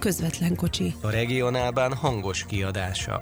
közvetlen kocsi. A regionálban hangos kiadása.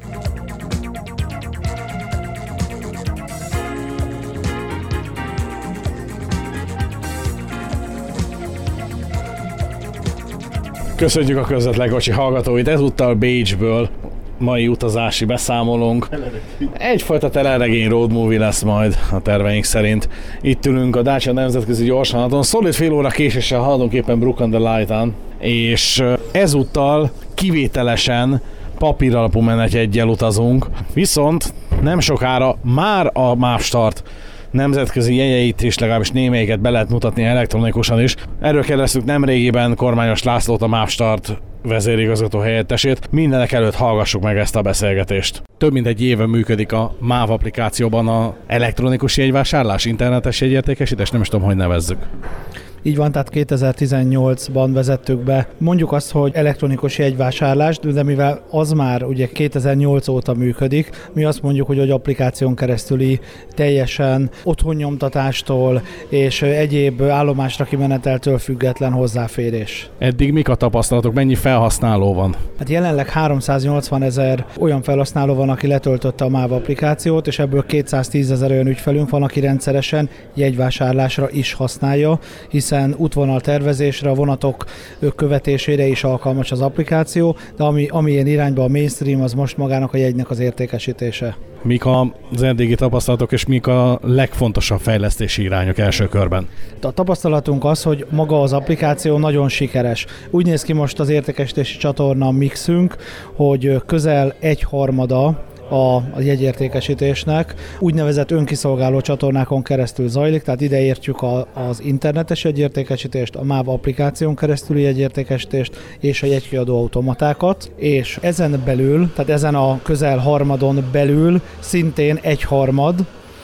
Köszönjük a közvetlen kocsi hallgatóit, ezúttal Bécsből mai utazási beszámolónk. Egyfajta teleregény road movie lesz majd a terveink szerint. Itt ülünk a Dacia nemzetközi gyorsvonaton, szolid fél óra késéssel haladunk éppen Brook on the Light-on, és ezúttal kivételesen papíralapú menetjeggyel utazunk, viszont nem sokára már a MÁV-Start nemzetközi jegyeit is, legalábbis némelyiket be lehet mutatni elektronikusan is. Erről kérdeztük nemrégiben Kormányos Lászlót, a MÁV-Start vezérigazgató helyettesét. Mindenek előtt hallgassuk meg ezt a beszélgetést. Több mint egy éve működik a MÁV applikációban a elektronikus jegyvásárlás, internetes jegyértékesítés, nem is tudom, hogy nevezzük. Így van, tehát 2018-ban vezettük be. Mondjuk azt, hogy elektronikus jegyvásárlás, de mivel az már ugye 2008 óta működik, mi azt mondjuk, hogy applikáción keresztüli teljesen otthonnyomtatástól és egyéb állomásra kimeneteltől független hozzáférés. Eddig mik a tapasztalatok, mennyi felhasználó van? Hát jelenleg 380 000 olyan felhasználó van, aki letöltötte a MÁV applikációt, és ebből 210 000 olyan ügyfelünk van, aki rendszeresen jegyvásárlásra is használja, hiszen útvonal tervezésre, a vonatok követésére is alkalmas az applikáció, de ami ilyen irányba a mainstream, az most magának a jegynek az értékesítése. Mik az eddigi tapasztalatok, és mik a legfontosabb fejlesztési irányok első körben? A tapasztalatunk az, hogy maga az applikáció nagyon sikeres. Úgy néz ki most az értékesítési csatorna mixünk, hogy közel 1/3 a jegyértékesítésnek úgynevezett önkiszolgáló csatornákon keresztül zajlik, tehát ide értjük az internetes jegyértékesítést, a MÁV applikáción keresztüli jegyértékesítést és a jegykiadó automatákat, és ezen belül, tehát ezen a közel harmadon belül szintén 1/3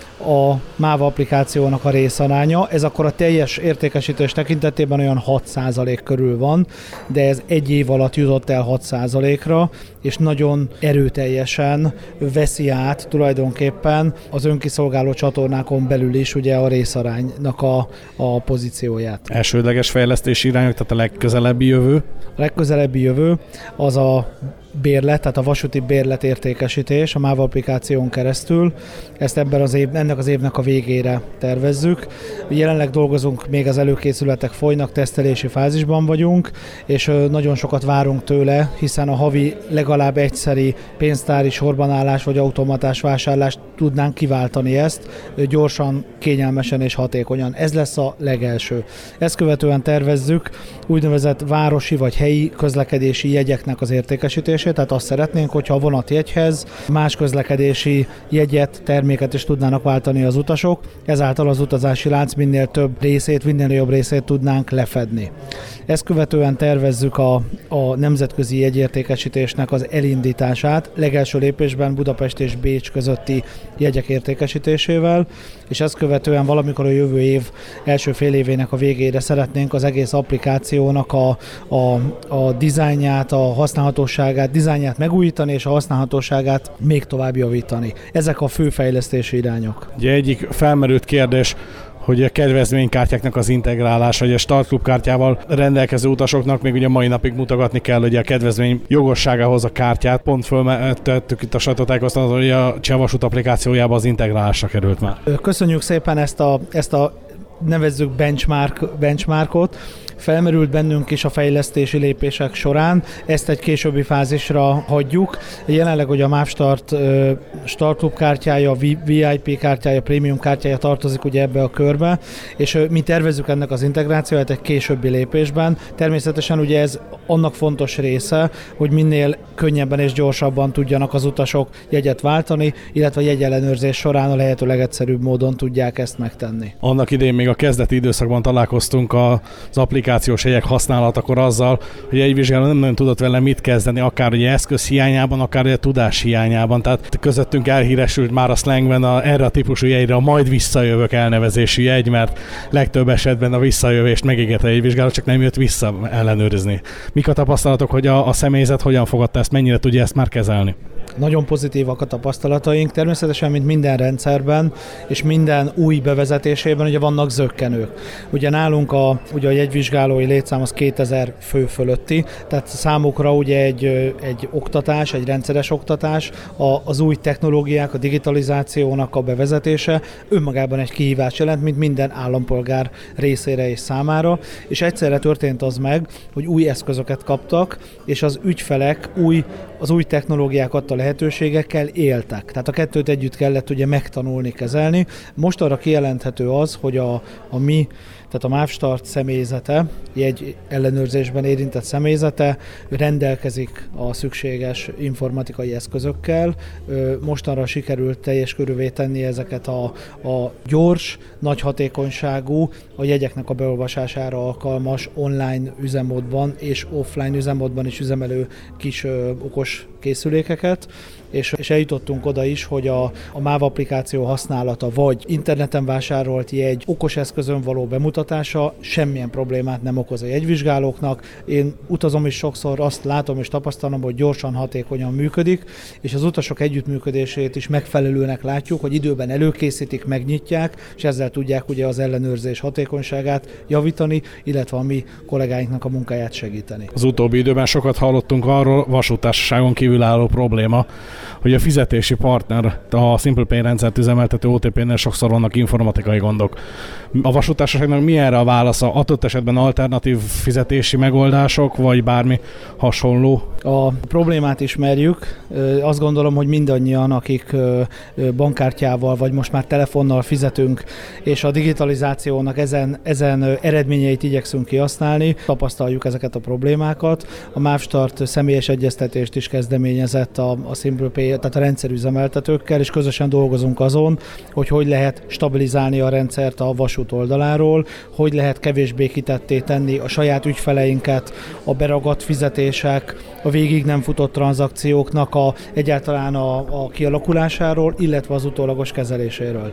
a MÁV applikációnak a részaránya. Ez akkor a teljes értékesítés tekintetében olyan 6% körül van, de ez egy év alatt jutott el 6%-ra, és nagyon erőteljesen veszi át tulajdonképpen az önkiszolgáló csatornákon belül is ugye a részaránynak a pozícióját. Elsődleges fejlesztési irányok, tehát a legközelebbi jövő? A legközelebbi jövő az a bérlet, tehát a vasúti bérlet értékesítés a MÁV applikáción keresztül. Ezt ennek az évnek a végére tervezzük. Jelenleg dolgozunk, még az előkészületek folynak, tesztelési fázisban vagyunk, és nagyon sokat várunk tőle, hiszen a havi legalább egyszeri pénztári sorbanállás vagy automatás vásárlást tudnánk kiváltani ezt gyorsan, kényelmesen és hatékonyan. Ez lesz a legelső. Ezt követően tervezzük úgynevezett városi vagy helyi közlekedési jegyeknek az értékesítését, tehát azt szeretnénk, hogyha a vonatjegyhez más közlekedési jegyet, terméket is tudnának váltani az utasok, ezáltal az utazási lánc minél több részét, minél jobb részét tudnánk lefedni. Ezt követően tervezzük a nemzetközi jegyértékesítésnek az elindítását, legelső lépésben Budapest és Bécs közötti jegyek értékesítésével, és ezt követően valamikor a jövő év első fél évének a végére szeretnénk az egész applikációnak a dizájnját, a használhatóságát, dizájnját megújítani, és a használhatóságát még tovább javítani. Ezek a fő fejlesztési irányok. Ugye egyik felmerült kérdés, hogy a kedvezménykártyáknak az integrálása, hogy a Startklub kártyával rendelkező utasoknak még ugye mai napig mutogatni kell, hogy a kedvezmény jogosságához a kártyát. Pont föltettük itt a sajtótájékoztatót, hogy a Cseh Vasút applikációjába az integrálásra került már. Köszönjük szépen ezt a nevezzük benchmarkot. Felmerült bennünk is a fejlesztési lépések során, ezt egy későbbi fázisra hagyjuk. Jelenleg, hogy a MÁV-Start Startklub kártyája, VIP kártyája, Premium kártyája tartozik ugye ebbe a körbe, és mi tervezzük ennek az integrációját egy későbbi lépésben. Természetesen ugye ez annak fontos része, hogy minél könnyebben és gyorsabban tudjanak az utasok jegyet váltani, illetve a jegyellenőrzés során a lehető legegyszerűbb módon tudják ezt megtenni. Annak idején még a kezdeti időszakban találkoztunk az applikációs jegyek használatakor azzal, hogy egy vizsgáló nem nagyon tudott vele mit kezdeni, akár ugye eszköz hiányában, akár ugye tudás hiányában. Tehát közöttünk elhíresült már a slangben erre a típusú jegyre a majd visszajövök elnevezésű jegy, mert legtöbb esetben a visszajövést megígérte egy vizsgáló, csak nem jött vissza ellenőrizni. Mik a tapasztalatok, hogy a személyzet hogyan fogadta ezt, mennyire tudja ezt már kezelni? Nagyon pozitívak a tapasztalataink, természetesen, mint minden rendszerben, és minden új bevezetésében ugye vannak zökkenők. Ugye nálunk ugye a jegyvizsgálói létszám az 2000 fő fölötti, tehát számukra ugye egy oktatás, egy rendszeres oktatás, az új technológiák, a digitalizációnak a bevezetése önmagában egy kihívás jelent, mint minden állampolgár részére és számára, és egyszerre történt az meg, hogy új eszközöket kaptak, és az ügyfelek az új technológiák adta lehetőségekkel éltek. Tehát a kettőt együtt kellett ugye megtanulni, kezelni. Most arra kijelenthető az, hogy tehát a MÁV-Start személyzete, egy ellenőrzésben érintett személyzete rendelkezik a szükséges informatikai eszközökkel. Mostanra sikerült teljes körűvé tenni ezeket a gyors, nagy hatékonyságú, a jegyeknek a beolvasására alkalmas online üzemmódban és offline üzemmódban is üzemelő kis okos készülékeket, és eljutottunk oda is, hogy a MÁV applikáció használata vagy interneten vásárolt jegy okos eszközön való bemutatása semmilyen problémát nem okoz a jegyvizsgálóknak. Én utazom is sokszor, azt látom és tapasztalom, hogy gyorsan, hatékonyan működik, és az utasok együttműködését is megfelelőnek látjuk, hogy időben előkészítik, megnyitják, és ezzel tudják ugye az ellenőrzés hatékonyságát javítani, illetve a mi kollégáinknak a munkáját segíteni. Az utóbbi időben sokat hallottunk arról, vasúttársaságon kívülálló probléma, hogy a fizetési partner, a SimplePay rendszert üzemeltető OTP-nél sokszor vannak informatikai gondok. A vasúttársaságnak mi erre a válasza? Adott esetben alternatív fizetési megoldások, vagy bármi hasonló? A problémát ismerjük. Azt gondolom, hogy mindannyian, akik bankkártyával, vagy most már telefonnal fizetünk, és a digitalizációnak ezen eredményeit igyekszünk kihasználni, tapasztaljuk ezeket a problémákat. A MÁV-Start személyes egyeztetést is kezdeményezett a SimplePay, tehát a rendszerüzemeltetőkkel, és közösen dolgozunk azon, hogy lehet stabilizálni a rendszert a vasút oldaláról, hogy lehet kevésbé kitetté tenni a saját ügyfeleinket, a beragadt fizetések, a végig nem futott tranzakcióknak egyáltalán a kialakulásáról, illetve az utólagos kezeléséről.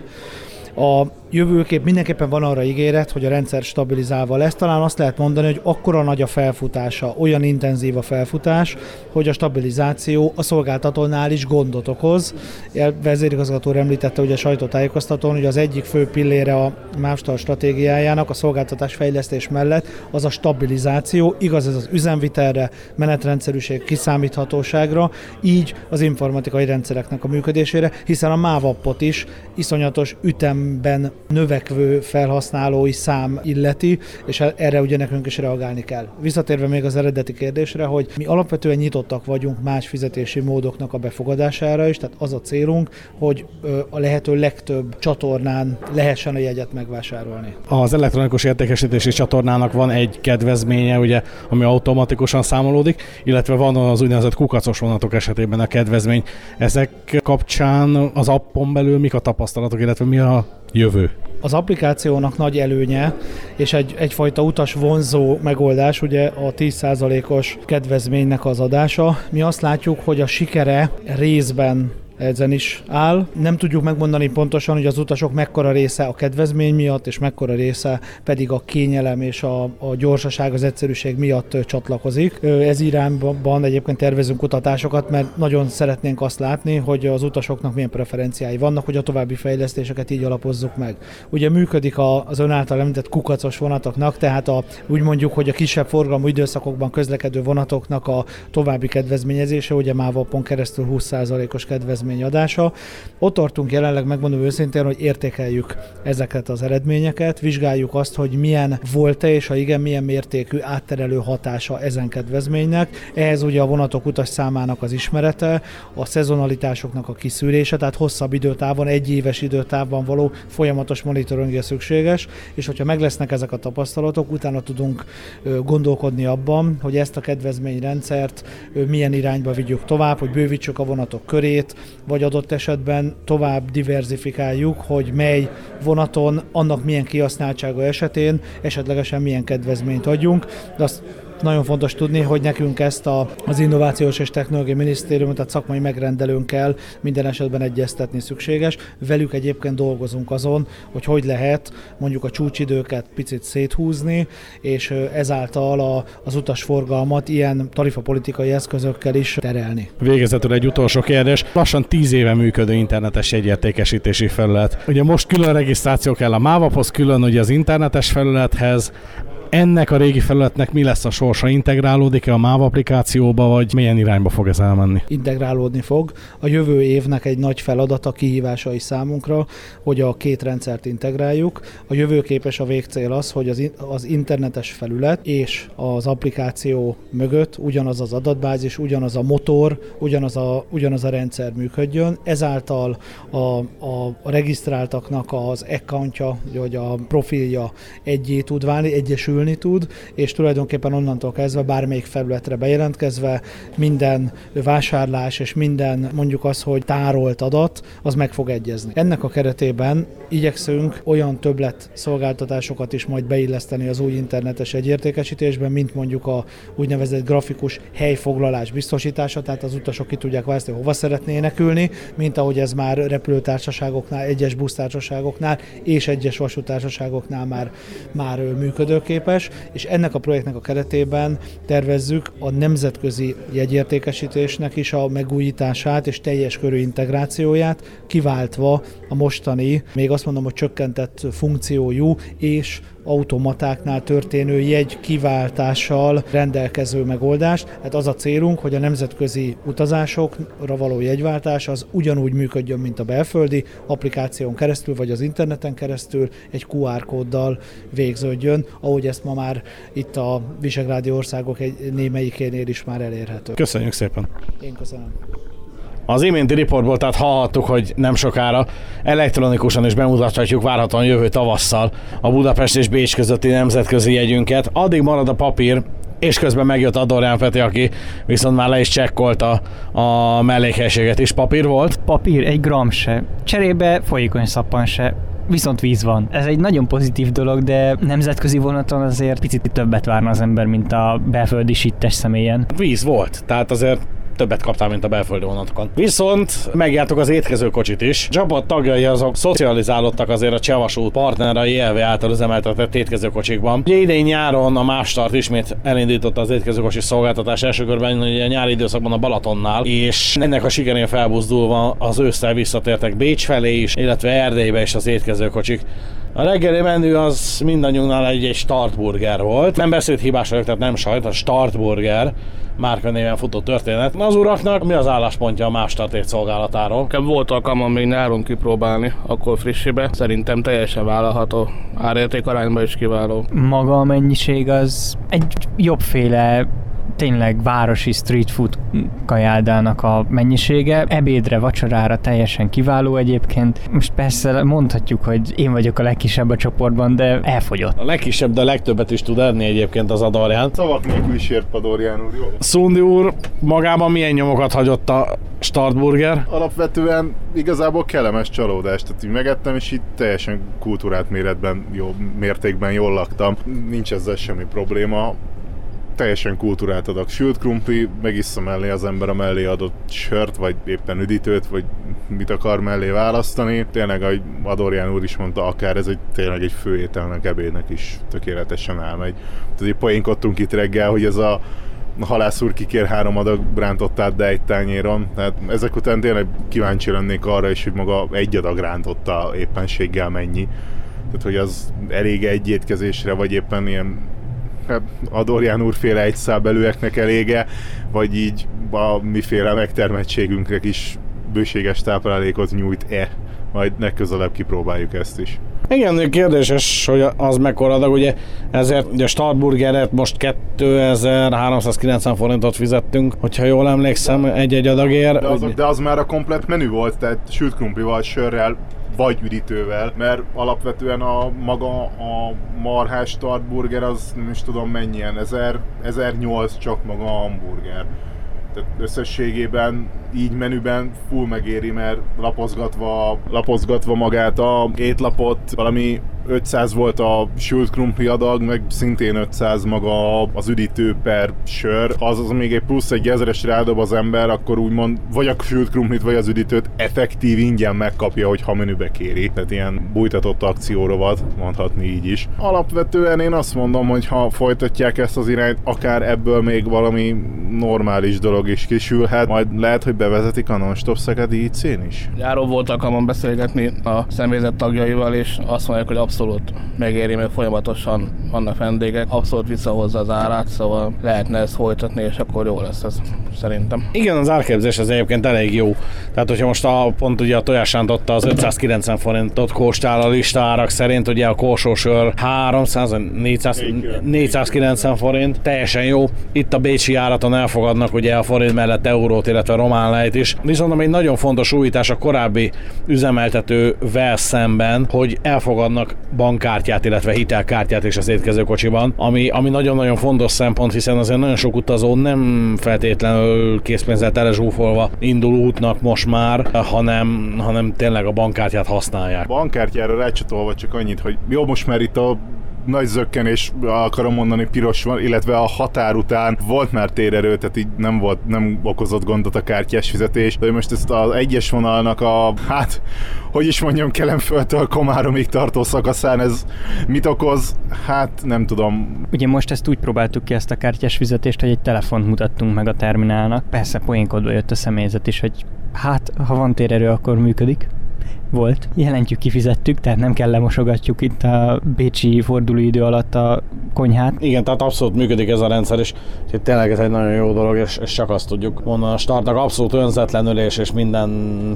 A jövőkép mindenképpen van arra ígéret, hogy a rendszer stabilizálva lesz. Talán azt lehet mondani, hogy akkora nagy a felfutása, olyan intenzív a felfutás, hogy a stabilizáció a szolgáltatónál is gondot okoz. A vezérigazgató említette ugye a sajtótájékoztatón, hogy az egyik fő pillére a MÁV-Start stratégiájának a szolgáltatás fejlesztés mellett az a stabilizáció, igaz ez az üzemvitelre, menetrendszerűség, kiszámíthatóságra, így az informatikai rendszereknek a működésére, hiszen a MÁV appot is iszonyatos ütemben növekvő felhasználói szám illeti, és erre ugye nekünk is reagálni kell. Visszatérve még az eredeti kérdésre, hogy mi alapvetően nyitottak vagyunk más fizetési módoknak a befogadására is, tehát az a célunk, hogy a lehető legtöbb csatornán lehessen a jegyet megvásárolni. Az elektronikus értékesítési csatornának van egy kedvezménye, ugye, ami automatikusan számolódik, illetve van az úgynevezett kukacos vonatok esetében a kedvezmény. Ezek kapcsán az appon belül mik a tapasztalatok, illetve mi a jövő? Az applikációnak nagy előnye, és egyfajta utas vonzó megoldás, ugye a 10%-os kedvezménynek az adása. Mi azt látjuk, hogy a sikere részben ezen is áll. Nem tudjuk megmondani pontosan, hogy az utasok mekkora része a kedvezmény miatt, és mekkora része pedig a kényelem és a gyorsaság, az egyszerűség miatt csatlakozik. Ez irányban egyébként tervezünk kutatásokat, mert nagyon szeretnénk azt látni, hogy az utasoknak milyen preferenciái vannak, hogy a további fejlesztéseket így alapozzuk meg. Ugye működik az ön által említett kukacos vonatoknak, tehát úgy mondjuk, hogy a kisebb forgalmú időszakokban közlekedő vonatoknak a további kedvezményezése, ugye MÁV appon keresztül 20%-os kedvezmény adása. Ott tartunk jelenleg, megmondom őszintén, hogy értékeljük ezeket az eredményeket, vizsgáljuk azt, hogy milyen volt-e, és ha igen, milyen mértékű átterelő hatása ezen kedvezménynek. Ehhez ugye a vonatok utas számának az ismerete, a szezonalitásoknak a kiszűrése, tehát hosszabb időtávon, egy éves időtávban való folyamatos monitoringja szükséges, és hogyha meg lesznek ezek a tapasztalatok, utána tudunk gondolkodni abban, hogy ezt a kedvezményrendszert milyen irányba vigyük tovább, hogy bővítsük a vonatok körét, vagy adott esetben tovább diverzifikáljuk, hogy mely vonaton, annak milyen kihasználtsága esetén esetlegesen milyen kedvezményt adjunk, de azt nagyon fontos tudni, hogy nekünk ezt az Innovációs és Technológiai Minisztériumot, tehát szakmai megrendelőnkkel minden esetben egyeztetni szükséges. Velük egyébként dolgozunk azon, hogy lehet mondjuk a csúcsidőket picit széthúzni, és ezáltal az utasforgalmat ilyen tarifapolitikai eszközökkel is terelni. Végezetül egy utolsó kérdés. Lassan 10 éve működő internetes jegyértékesítési felület. Ugye most külön regisztráció kell a MÁVAP-hoz, külön ugye az internetes felülethez. Ennek a régi felületnek mi lesz a sorsa? Integrálódik-e a MÁV applikációba, vagy milyen irányba fog ez elmenni? Integrálódni fog. A jövő évnek egy nagy feladata, kihívásai számunkra, hogy a két rendszert integráljuk. A jövőképes a végcél az, hogy az internetes felület és az applikáció mögött ugyanaz az adatbázis, ugyanaz a motor, ugyanaz a rendszer működjön. Ezáltal a regisztráltaknak az accountja, vagy a profilja egyé tud válni, egyesülni tud, és tulajdonképpen onnantól kezdve bármelyik felületre bejelentkezve minden vásárlás és minden mondjuk az, hogy tárolt adat, az meg fog egyezni. Ennek a keretében igyekszünk olyan többlet szolgáltatásokat is majd beilleszteni az új internetes jegyértékesítésben, mint mondjuk a úgynevezett grafikus helyfoglalás biztosítása, tehát az utasok ki tudják választani, hova szeretnének ülni, mint ahogy ez már repülőtársaságoknál, egyes busztársaságoknál és egyes vasútársaságoknál már működőképes, és ennek a projektnek a keretében tervezzük a nemzetközi jegyértékesítésnek is a megújítását és teljes körű integrációját, kiváltva a mostani, még azt mondom, hogy csökkentett funkciójú és automatáknál történő jegy kiváltással rendelkező megoldást. Hát az a célunk, hogy a nemzetközi utazásokra való jegyváltás az ugyanúgy működjön, mint a belföldi applikáción keresztül, vagy az interneten keresztül egy QR kóddal végződjön, ahogy ezt ma már itt a visegrádi országok némelyikénél is már elérhető. Köszönjük szépen! Én köszönöm. Az iménti riportból tehát hallhattuk, hogy nem sokára elektronikusan is bemutathatjuk várhatóan jövő tavasszal a Budapest és Bécs közötti nemzetközi jegyünket. Addig marad a papír, és közben megjött Adorján Peti, aki viszont már le is csekkolta a mellékhelységet is. Papír volt? Papír, egy gram se. Cserébe folyékony szappan se. Viszont víz van. Ez egy nagyon pozitív dolog, de nemzetközi vonaton azért picit többet várna az ember, mint a belföldi sittes személyen. Víz volt, tehát azért többet kaptál, mint a belföldi vonatokon. Viszont megjártuk az étkezőkocsit is. Csapat tagjai azok szocializálódtak azért a Csehvasút partnerei ELV által üzemeltetett étkezőkocsikban. Ugye idén nyáron a Mástart ismét elindította az étkezőkocsi szolgáltatás első körben ugye a nyári időszakban a Balatonnál, és ennek a sikerén felbuzdulva az ősszel visszatértek Bécs felé is, illetve Erdélybe is az étkezőkocsik. A reggeli menü az mindannyiunknál egy startburger volt. Nem beszélt hibás vagyok, tehát nem sajt, a startburger márkanéven futó történet. Az uraknak mi az álláspontja a Mástart étszolgálatáról? Nekem volt alkalmam még nyáron kipróbálni, akkor frissibe. Szerintem teljesen vállalható. Árérték arányban is kiváló. Maga a mennyiség az egy jobbféle tényleg városi street food kajádának a mennyisége. Ebédre, vacsorára teljesen kiváló egyébként. Most persze mondhatjuk, hogy én vagyok a legkisebb a csoportban, de elfogyott. A legkisebb, de a legtöbbet is tud enni egyébként az Adorján. Szavak nélkül is ért Adorján úr, jó? Szundi úr, magában milyen nyomokat hagyott a startburger? Alapvetően igazából kellemes csalódás. Tehát így megettem, és itt teljesen kultúrát mértékben jól laktam. Nincs ezzel semmi probléma. Teljesen kultúrát adag. Sült krumpli, megissza mellé az ember a mellé adott sört, vagy éppen üdítőt, vagy mit akar mellé választani. Tényleg, ahogy Adorján úr is mondta, akár ez tényleg egy főételnek, ebédnek is tökéletesen elmegy. Tehát így poénkodtunk itt reggel, hogy ez a halász úr kikér 3 adag rántottát, de egy tányéron. Tehát ezek után tényleg kíváncsi lennék arra is, hogy maga egy adag rántotta éppenséggel mennyi. Tehát, hogy az elég egy étkezésre, vagy éppen ilyen Adorján úrféle egy szábelőeknek elége, vagy így a miféle megtermettségünkre is bőséges táplálékot nyújt-e. Majd legközelebb kipróbáljuk ezt is. Igen, kérdéses, hogy az mekkora adag, ugye ezért ugye a startburgeret most 2390 forintot fizettünk, hogyha jól emlékszem, egy-egy adagért. De az már a komplett menü volt, tehát sült krumplival, sörrel, vagy üdítővel, mert alapvetően a maga a marhás startburger az nem is tudom mennyien, 1008 csak maga a hamburger. Tehát összességében így menüben full megéri, mert lapozgatva magát a étlapot valami 500 volt a sült krumpli adag, meg szintén 500 maga az üdítő per sör. Ha az még egy plusz egy 1000-es rádob az ember, akkor úgymond vagy a sült krumplit, vagy az üdítőt effektív ingyen megkapja, hogyha menübe kéri. Tehát ilyen bújtatott akciórovat, mondhatni így is. Alapvetően én azt mondom, hogy ha folytatják ezt az irányt, akár ebből még valami normális dolog is kisülhet, majd lehet, hogy bevezetik a Non-Stop Szegedi IC-n is. Járól volt alkalmam beszélgetni a személyzet tagjaival, és azt mondják, hogy abszolút megéri, mert folyamatosan vannak vendégek, abszolút visszahozza az árát, szóval lehetne ezt folytatni, és akkor jó lesz ez szerintem. Igen, az árképzés az egyébként elég jó. Tehát, hogyha most pont ugye a tojásrántotta az 590 forintot kóstál a lista árak szerint, ugye a korsósör 490 forint, teljesen jó. Itt a bécsi járaton elfogadnak ugye a forint mellett eurót, illetve román lejt is. Viszont ami egy nagyon fontos újítás a korábbi üzemeltetővel szemben, hogy elfogadnak bankkártyát, illetve hitelkártyát is az étkezőkocsiban, ami nagyon-nagyon fontos szempont, hiszen azért nagyon sok utazó nem feltétlenül készpénzzel telezsúfolva indul útnak most már, hanem tényleg a bankkártyát használják. Bankkártyára rácsatolva csak annyit, hogy jó, most már itt a nagy zökkenés, akarom mondani, piros van, illetve a határ után volt már térerő, tehát így nem okozott gondot a kártyás fizetés, de most ezt az egyes vonalnak hogy is mondjam, Kelenföldtől Komáromig tartó szakaszán ez mit okoz? Hát nem tudom. Ugye most ezt úgy próbáltuk ki, ezt a kártyás fizetést, hogy egy telefont mutattunk meg a terminálnak. Persze poénkodva jött a személyzet is, hogy ha van térerő, akkor működik. Volt. Jelentjük, kifizettük, tehát nem kell lemosogatjuk itt a bécsi fordulóidő alatt a konyhát. Igen, tehát abszolút működik ez a rendszer, és tényleg ez egy nagyon jó dolog, és csak azt tudjuk mondani a startnak, abszolút önzetlenül és minden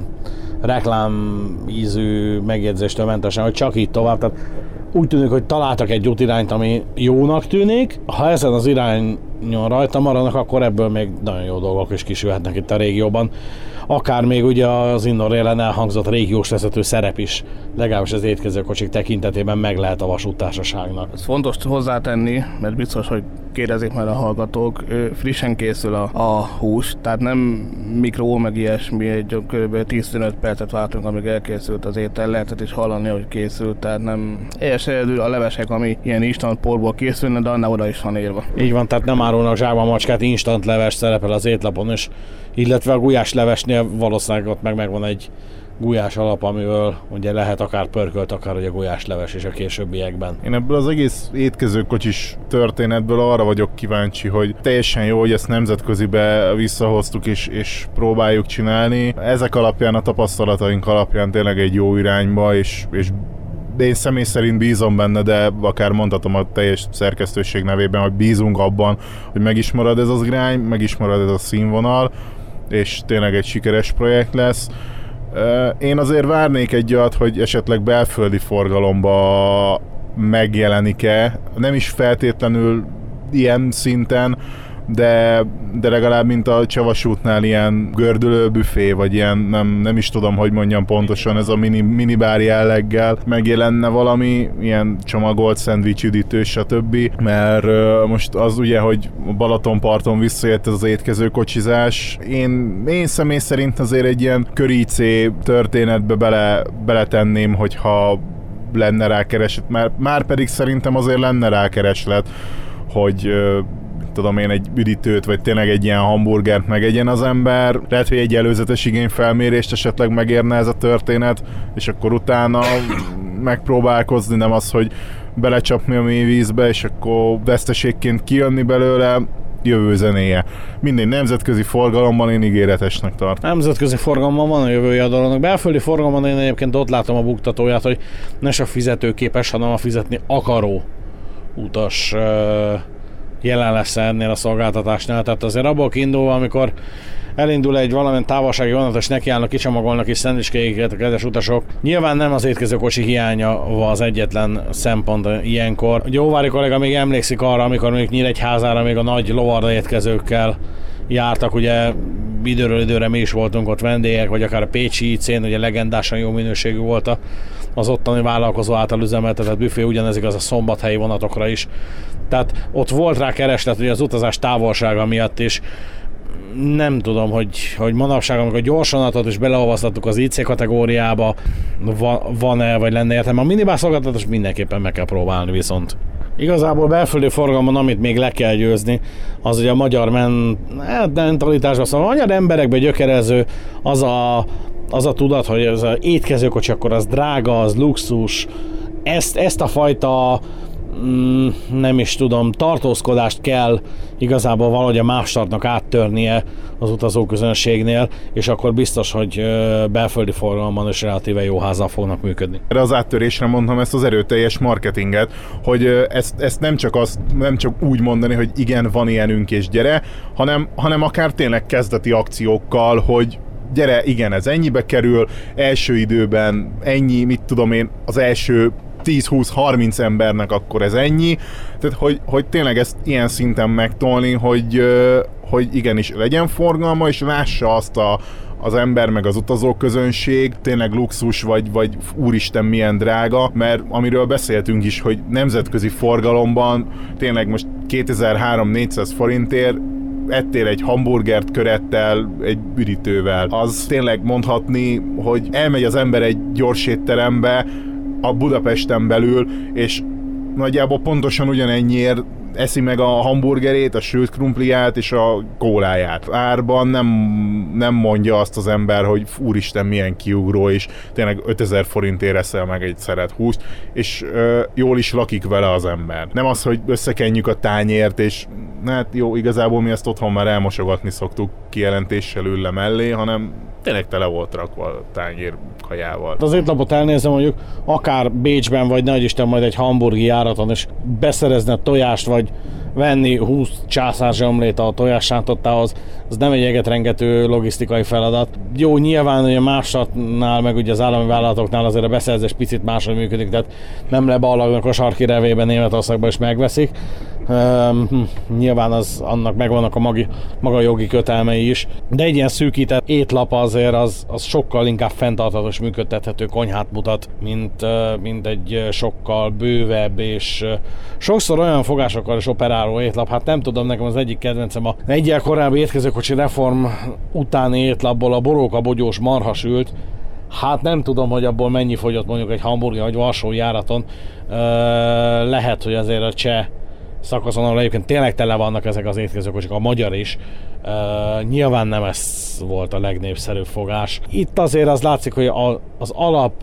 reklám ízű megjegyzéstől mentesen, hogy csak így tovább. Tehát úgy tűnik, hogy találtak egy útirányt, ami jónak tűnik. Ha ezen az irányon rajta maradnak, akkor ebből még nagyon jó dolgok is kisülhetnek itt a régióban. Akár még ugye az Indoor élen elhangzott régiós vezető szerep is, legalábbis az étkezőkocsik tekintetében meg lehet a vasúttársaságnak. Ez fontos hozzátenni, mert biztos, hogy kérdezik már a hallgatók, frissen készül a hús, tehát nem mikró, meg ilyesmi, egy kb. 10-15 percet vártunk, amíg elkészült az étel, lehetett is hallani, hogy készült, tehát nem egyedül a levesek, ami ilyen instant porból készülne, de annál oda is van írva. Így van, tehát nem árulnak zsákba macskát, instant leves szerepel az étlapon is, illetve a gulyáslevesnél valószínűleg ott megvan egy gulyás alap, amivel ugye lehet akár pörkölt, akár ugye gulyásleves is a későbbiekben. Én ebből az egész étkezőkocsis történetből arra vagyok kíváncsi, hogy teljesen jó, hogy ezt nemzetközibe visszahoztuk és próbáljuk csinálni. Ezek alapján, a tapasztalataink alapján tényleg egy jó irányba, és de én személy szerint bízom benne, de akár mondhatom a teljes szerkesztőség nevében, hogy bízunk abban, hogy meg is marad ez az irány, meg is marad ez a színvonal, és tényleg egy sikeres projekt lesz. Én azért várnék egy olyat, hogy esetleg belföldi forgalomba megjelenik-e, nem is feltétlenül ilyen szinten, de legalább mint a Csavasútnál ilyen gördülő büfé, vagy ilyen nem is tudom, hogy mondjam pontosan, ez a minibár jelleggel megjelenne valami, ilyen csomagolt szendvics, üdítő, stb. Mert most az ugye, hogy Balatonparton visszajött ez az étkezőkocsizás. Én személy szerint azért egy ilyen köricé történetbe beletenném, hogyha lenne rá kereslet, már pedig szerintem azért lenne rá kereslet, hogy tudom én, egy üdítőt, vagy tényleg egy ilyen hamburgert megegyen az ember. Lehet, hogy egy előzetes igényfelmérést esetleg megérne ez a történet, és akkor utána megpróbálkozni, nem az, hogy belecsapni a mély vízbe, és akkor veszteségként kijönni belőle. Jövő zenéje. Minden nemzetközi forgalomban én ígéretesnek tartom. Nemzetközi forgalomban van a jövője a dolognak. Belföldi forgalomban én egyébként ott látom a buktatóját, hogy ne csak fizetőképes, hanem a fizetni akaró utas jelen lesz ennél a szolgáltatásnál. Tehát azért abból kiindulva, amikor elindul egy valamilyen távolsági vonat, és nekiállnak, kicsomagolnak is szendvicskéket a kedves utasok. Nyilván nem az étkezőkocsi hiánya az egyetlen szempont ilyenkor. Ugye Óvári kolléga még emlékszik arra, amikor mondjuk Nyíregyházára még a nagy lovarda étkezőkkel jártak, ugye időről időre mi is voltunk ott vendégek, vagy akár a pécsi IC-n, ugye legendásan jó minőségű volt az ottani vállalkozó által üzemeltetett büfé, ugyanez igaz a szombathelyi vonatokra is. Tehát ott volt rá kereslet, ugye az utazás távolsága miatt is. Nem tudom, hogy manapság, amikor gyorsonatot is beleolvasztottuk az IC kategóriába, van-e, vagy lenne értelme. A minibus szolgáltatás mindenképpen meg kell próbálni viszont. Igazából belföldi forgalomban, amit még le kell győzni, az ugye a magyar mentalitásban, szóval a magyar emberekbe gyökerező az a tudat, hogy ez az étkezőkocsi, akkor az drága, az luxus. Ezt a fajta nem is tudom, tartózkodást kell igazából valahogy a MÁV Startnak áttörnie az utazóközönségnél, és akkor biztos, hogy belföldi forgalomban is relatíve jó házzal fognak működni. Erre az áttörésre mondtam ezt az erőteljes marketinget, hogy ezt nem csak úgy mondani, hogy igen, van ilyenünk és gyere, hanem akár tényleg kezdeti akciókkal, hogy gyere, igen, ez ennyibe kerül, első időben ennyi, mit tudom én, az első 10-20-30 embernek akkor ez ennyi. Tehát, hogy tényleg ezt ilyen szinten megtolni, hogy igenis legyen forgalma, és lássa azt az ember meg az utazóközönség, tényleg luxus, vagy úristen milyen drága, mert amiről beszéltünk is, hogy nemzetközi forgalomban tényleg most 2300-400 forintért ettél egy hamburgert körettel, egy üdítővel. Az tényleg mondhatni, hogy elmegy az ember egy gyors étterembe, a Budapesten belül, és nagyjából pontosan ugyanennyiért eszi meg a hamburgerét, a sült krumpliát és a kóláját. Árban nem mondja azt az ember, hogy úristen milyen kiugró, és tényleg 5000 forintért eszel meg egy szeret húst, és jól is lakik vele az ember. Nem az, hogy összekenjük a tányért, és hát jó, igazából mi ezt otthon már elmosogatni szoktuk kijelentéssel ül mellé, hanem tényleg tele volt rakva a tányér kajával. Az étlapot elnézem, mondjuk akár Bécsben, vagy nagy Isten majd egy hamburgi járaton, és beszerezni a tojást, vagy venni 20 császárzsömlét a tojássántottahoz, az nem egy egetrengető logisztikai feladat. Jó, nyilván hogy a MÁV Startnál, meg ugye az állami vállalatoknál azért a beszerzés picit máshogy működik, tehát nem leballagnak a sarki revében Németországban is megveszik. Nyilván annak megvannak a maga jogi kötelmei is, de egy ilyen szűkített étlap azért az sokkal inkább fenntartható és működtethető konyhát mutat, mint egy sokkal bővebb és sokszor olyan fogásokkal is operáló étlap. Hát nem tudom, nekem az egyik kedvencem a egyel korábbi étkezőkocsi reform utáni étlapból a borókabogyós marhasült. Hát nem tudom, hogy abból mennyi fogyott mondjuk egy hamburger vagy Varsó járaton. Lehet, hogy azért a cseh szakaszon, ahol egyébként tényleg tele vannak ezek az étkezőkocsik, a magyar is. Nyilván nem ez volt a legnépszerűbb fogás. Itt azért az látszik, hogy az alap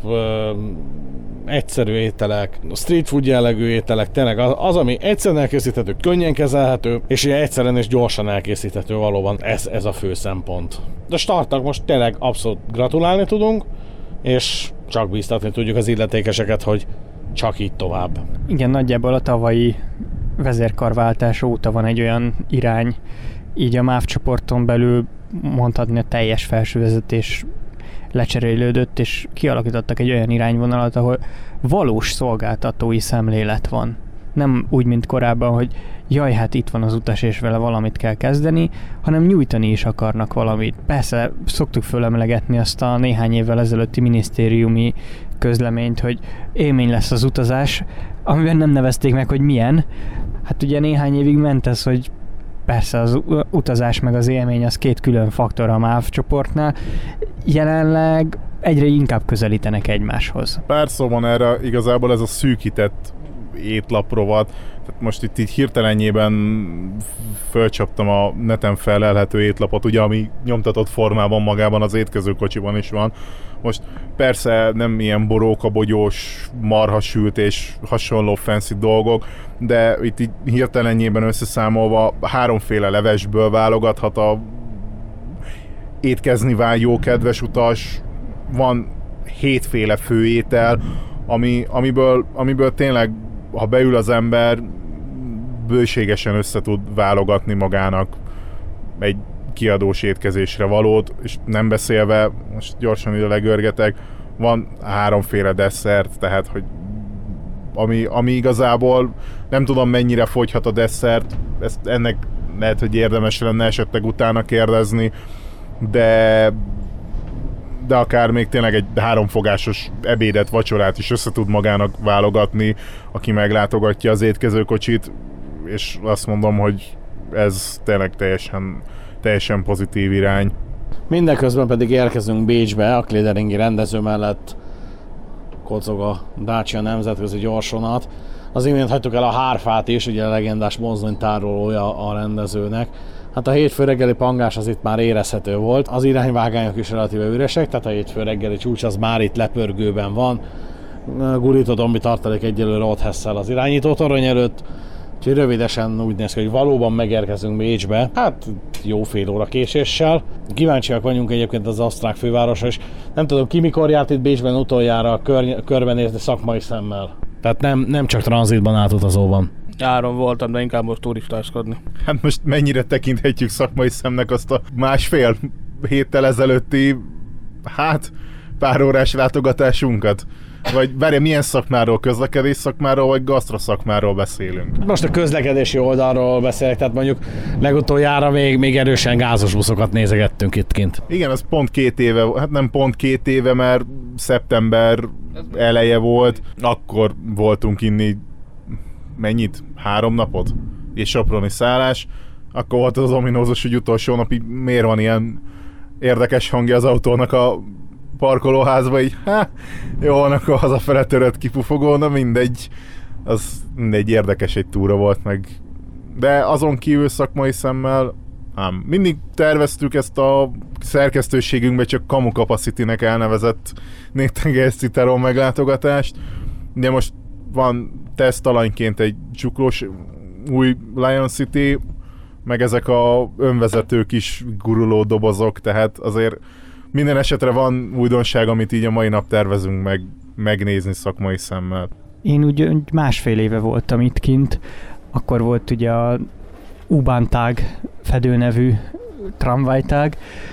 egyszerű ételek, a street food jellegű ételek, tényleg az, ami egyszerűen elkészíthető, könnyen kezelhető, és ugye egyszerűen és gyorsan elkészíthető valóban, ez a fő szempont. De Startnak most tényleg abszolút gratulálni tudunk, és csak bíztatni tudjuk az illetékeseket, hogy csak így tovább. Igen, nagyjából a tavalyi vezérkarváltás óta van egy olyan irány, így a MÁV csoporton belül mondhatni a teljes felsővezetés lecserélődött, és kialakítottak egy olyan irányvonalat, ahol valós szolgáltatói szemlélet van. Nem úgy, mint korábban, hogy jaj, hát itt van az utas, és vele valamit kell kezdeni, hanem nyújtani is akarnak valamit. Persze szoktuk fölemlegetni azt a néhány évvel ezelőtti minisztériumi közleményt, hogy élmény lesz az utazás, amiben nem nevezték meg, hogy milyen. Hát ugye néhány évig ment ez, hogy persze az utazás meg az élmény az két külön faktor a MÁV csoportnál. Jelenleg egyre inkább közelítenek egymáshoz. Pár szó van erre, igazából ez a szűkített étlaprovat. Tehát most itt így hirtelenjében fölcsaptam a neten felelhető étlapot, ugye, ami nyomtatott formában magában az étkezőkocsiban is van. Most persze nem ilyen borókabogyós, marhasült és hasonló fancy dolgok, de itt így hirtelenjében összeszámolva háromféle levesből válogathat a étkezni vágyó kedves utas, van 7 féle főétel, amiből tényleg, ha beül az ember, bőségesen össze tud válogatni magának egy kiadós étkezésre valót, és nem beszélve, most gyorsan ide legörgetek, van 3 féle desszert, tehát hogy ami igazából nem tudom mennyire fogyhat a desszert, ennek lehet, hogy érdemes lenne esetleg utána kérdezni, de akár még tényleg egy 3 fogásos ebédet, vacsorát is össze tud magának válogatni, aki meglátogatja az étkezőkocsit, és azt mondom, hogy ez tényleg teljesen pozitív irány. Mindeközben pedig érkezünk Bécsbe, a Kliederingi rendező mellett kocog a Dacia nemzetközi gyorsvonat. Az imént hagytuk el a Hárfát is, ugye a legendás mozdonytárolója a rendezőnek. Hát a hétfő reggeli pangás az itt már érezhető volt. Az irányvágányok is relatíve üresek, tehát a hétfő reggeli csúcs az már itt lepörgőben van. Gurító Dombi tartalék egyelőre ott hesszel az irányítótorony előtt. Úgyhogy rövidesen úgy néz ki, hogy valóban megérkezünk Bécsbe, hát jó fél óra késéssel. Kíváncsiak vagyunk egyébként az osztrák fővárosra, és nem tudom, ki mikor járt itt Bécsben utoljára körbenézni szakmai szemmel. Tehát nem csak tranzitban átutazóban. Járon voltam, de inkább most turistáskodni. Hát most mennyire tekinthetjük szakmai szemnek azt a másfél héttel ezelőtti, hát pár órás látogatásunkat? Vagy várja, milyen szakmáról, közlekedés szakmáról, vagy gasztroszakmáról beszélünk? Most a közlekedési oldalról beszélek, tehát mondjuk legutoljára még erősen gázos buszokat nézegettünk itt kint. Igen, az pont 2 éve, hát nem pont 2 éve, mert szeptember eleje volt, akkor voltunk inni mennyit? 3 napot? És soproni szállás. Akkor volt az ominózus, hogy utolsó napig miért van ilyen érdekes hangja az autónak a parkolóházba, így jó van, akkor hazafele törött kipufogó, na mindegy. Az mindegy érdekes egy túra volt meg. De azon kívül szakmai szemmel mindig terveztük ezt a szerkesztőségünkbe csak Kamu Capacity-nek elnevezett Néteges Citeron meglátogatást. De most van tesztalanyként egy csuklós új Lion City, meg ezek a önvezető kis guruló dobozok, tehát azért minden esetre van újdonság, amit így a mai nap tervezünk megnézni szakmai szemmel. Én úgy 1,5 éve voltam itt kint, akkor volt ugye a U-Bahn-tág fedőnevű tramvajtág.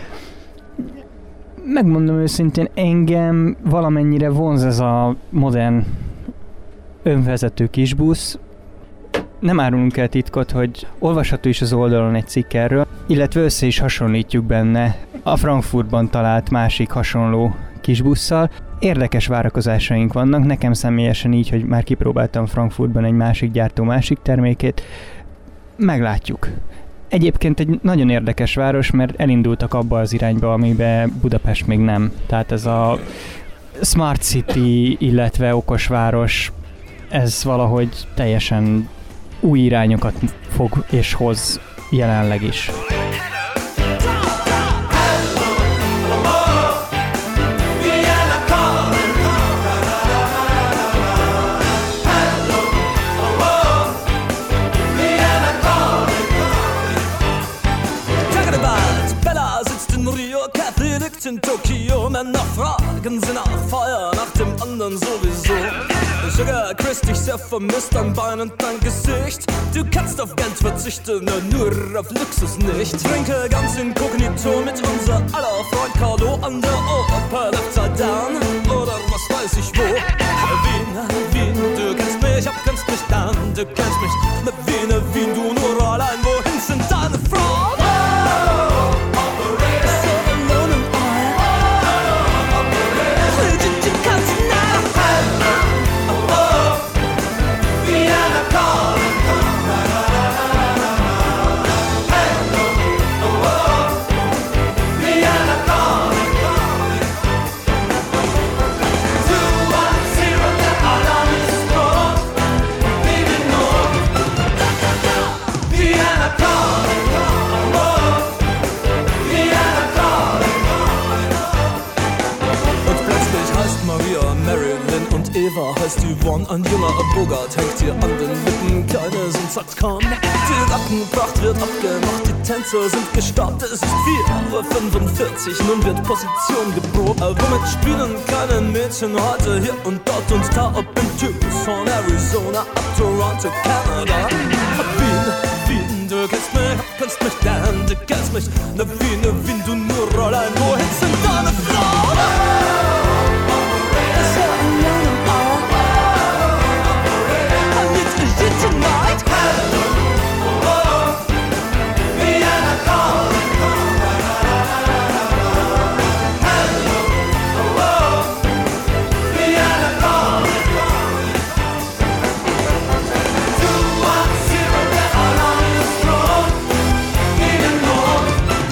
Megmondom őszintén, engem valamennyire vonz ez a modern önvezető kisbusz. Nem árulunk el titkot, hogy olvasható is az oldalon egy cikk erről, illetve össze is hasonlítjuk benne a Frankfurtban talált másik hasonló kisbusszal. Érdekes várakozásaink vannak, nekem személyesen így, hogy már kipróbáltam Frankfurtban egy másik gyártó másik termékét. Meglátjuk. Egyébként egy nagyon érdekes város, mert elindultak abba az irányba, amiben Budapest még nem. Tehát ez a Smart City, illetve okosváros, ez valahogy teljesen új irányokat fog és hoz jelenleg is. In Tokio, Männer fragen sie nach Feuer, nach dem anderen sowieso. Sugar Chris dich sehr vermisst an Bein und dein Gesicht. Du kannst auf Geld verzichten, nur auf Luxus nicht. Trinke ganz inkognito mit unser aller Freund Carlo an der Oper Upside Down oder was weiß ich wo. Wien, du kennst mich, kennst mich dann, du kennst mich. Wien, du nur allein, wohin sind deine Frauen? Eva heißt Yvonne, ein junger Bogart hängt hier an den Lippen. Keines und sagt komm. Die Rackenpracht wird abgemacht, die Tänzer sind gestartet. Es ist 4:45 Uhr, nun wird Position geprobt. Womit spielen keine Mädchen heute hier und dort und da? Ob in Tucson, Arizona, ab Toronto, Canada. Wien, du kennst mich dann, du kennst mich. Wien, du nur allein, wohin sind deine Frauen? Tonight. Vienna calling. Vienna calling. 210, der Alarm ist rot. Gegen Nord.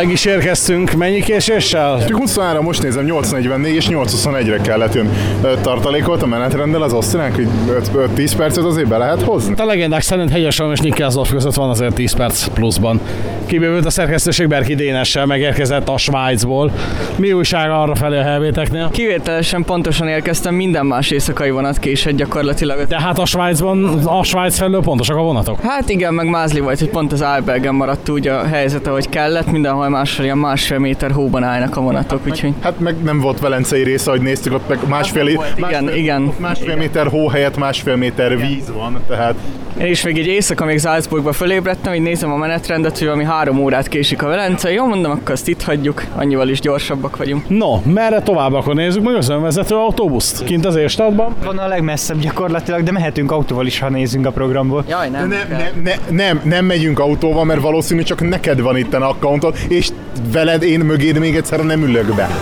meg is érkeztünk. Mennyi késéssel? 23, most nézem, 8:44 és 8:21-re kellett jönni. Tartalékolt a menetrenddel az osztrák, hogy 5-10 percet azért be lehet hozni. A legendák szerint Hegyesalom és Nikkelsdorf között van azért 10 perc pluszban. Kibővült a szerkesztőség Berki Dénessel, megérkezett a Svájcból. Mi újság arra felé a helvéteknél? Kivételesen pontosan érkeztem, minden más éjszakai vonat késett gyakorlatilag. De hát a Svájc felől pontosak a vonatok? Hát igen, meg mázli volt, hogy pont az Aalbergen maradt úgy a helyzet, ahogy kellett, mindenhol máshol ilyen 1,5 méter hóban állnak a vonatok, úgyhogy... Hát meg nem volt velencei része, hogy néztük, ott meg másfél méter hó helyett 1,5 méter víz van, tehát... És még egy éjszaka még Salzburgba fölébredtem, így nézem a menetrendet, hogy valami 3 órát késik a Velence. Jó, mondom, akkor azt itt hagyjuk, annyival is gyorsabbak vagyunk. No, merre tovább, akkor nézzük meg az önvezető autóbuszt? Kint az Érstadban? Van a legmesszebb gyakorlatilag, de mehetünk autóval is, ha nézzünk a programból. Jaj, Nem megyünk autóval, mert valószínű csak neked van itt a accountod, és veled én mögéd még egyszer nem ülök be.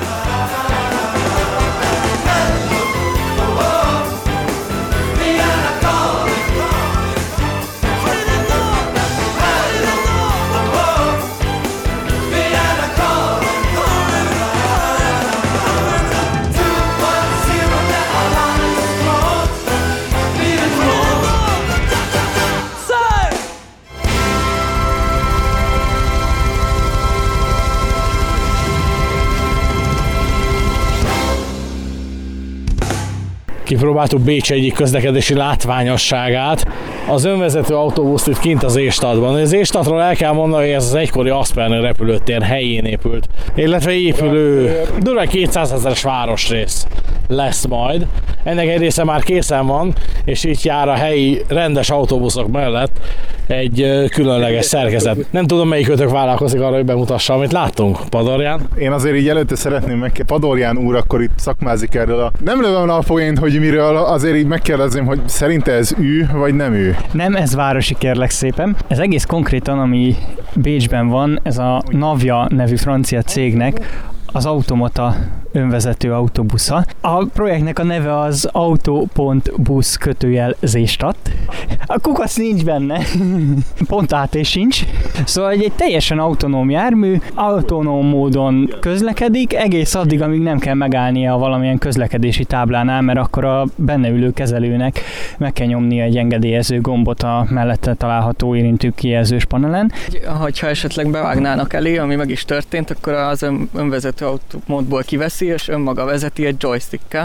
Kipróbáltuk Bécs egyik közlekedési látványosságát, az önvezető autóbuszt itt kint az Érstadban. Az Érstadról el kell mondani, hogy ez az egykori Asperne repülőtér helyén épült, illetve épülő durván 200 000-es városrész lesz majd. Ennek egy része már készen van, és itt jár a helyi rendes autóbuszok mellett egy különleges szerkezet. Nem tudom, melyikőtök vállalkozik arra, hogy bemutassa, amit láttunk. Padorján? Én azért így előtte szeretném Padorján úr akkor itt szakmázik erről nem lövöm a poént, hogy miről, azért így megkérdezném, hogy szerinte ez ű, vagy nem ű? Nem, ez városi, kérlek szépen. Ez egész konkrétan, ami Bécsben van, ez a Navia nevű francia cégnek az automata önvezető autóbusza. A projektnek a neve az Auto.bus /Zéstadt. A kukac nincs benne, pont AT sincs. Szóval egy teljesen autonóm jármű, autonóm módon közlekedik, egész addig, amíg nem kell megállnia valamilyen közlekedési táblánál, mert akkor a benne ülő kezelőnek meg kell nyomnia egy engedélyező gombot a mellette található érintő kijelzős panelen. Ha esetleg bevágnának elé, ami meg is történt, akkor az önvezető autómódból kiveszi, és önmaga vezeti egy joystickkel.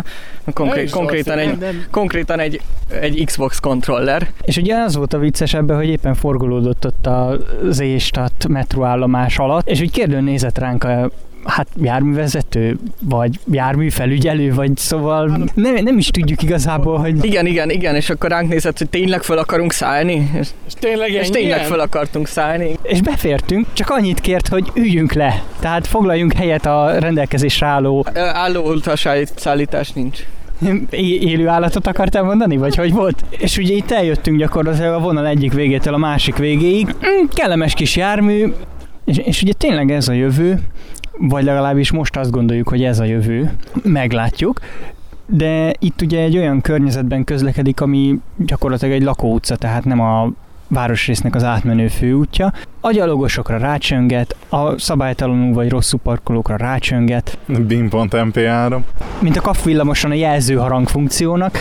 Konkrétan egy Xbox controller. És ugye az volt a vicces ebben, hogy éppen forgolódott ott a Zéstadt metróállomás alatt, és úgy kérdőn nézett ránk a járművezető, vagy járműfelügyelő, vagy szóval nem is tudjuk igazából, hogy... Igen, és akkor ránk nézett, hogy tényleg fel akarunk szállni. És tényleg fel akartunk szállni. És befértünk, csak annyit kért, hogy üljünk le. Tehát foglaljunk helyet a rendelkezésre álló... Álló utasszállítás nincs. Élő állatot akartál mondani, vagy hogy volt? És ugye itt eljöttünk gyakorlatilag a vonal egyik végétől a másik végéig. Kellemes kis jármű, és ugye tényleg ez a jövő, vagy legalábbis most azt gondoljuk, hogy ez a jövő, meglátjuk, de itt ugye egy olyan környezetben közlekedik, ami gyakorlatilag egy lakóutca, tehát nem a városrésznek az átmenő főútja. A gyalogosokra rácsönget, a szabálytalanul vagy rosszul parkolókra rácsönget. BIM.mp3. Mint a kapvillamosan a jelzőharang funkciónak.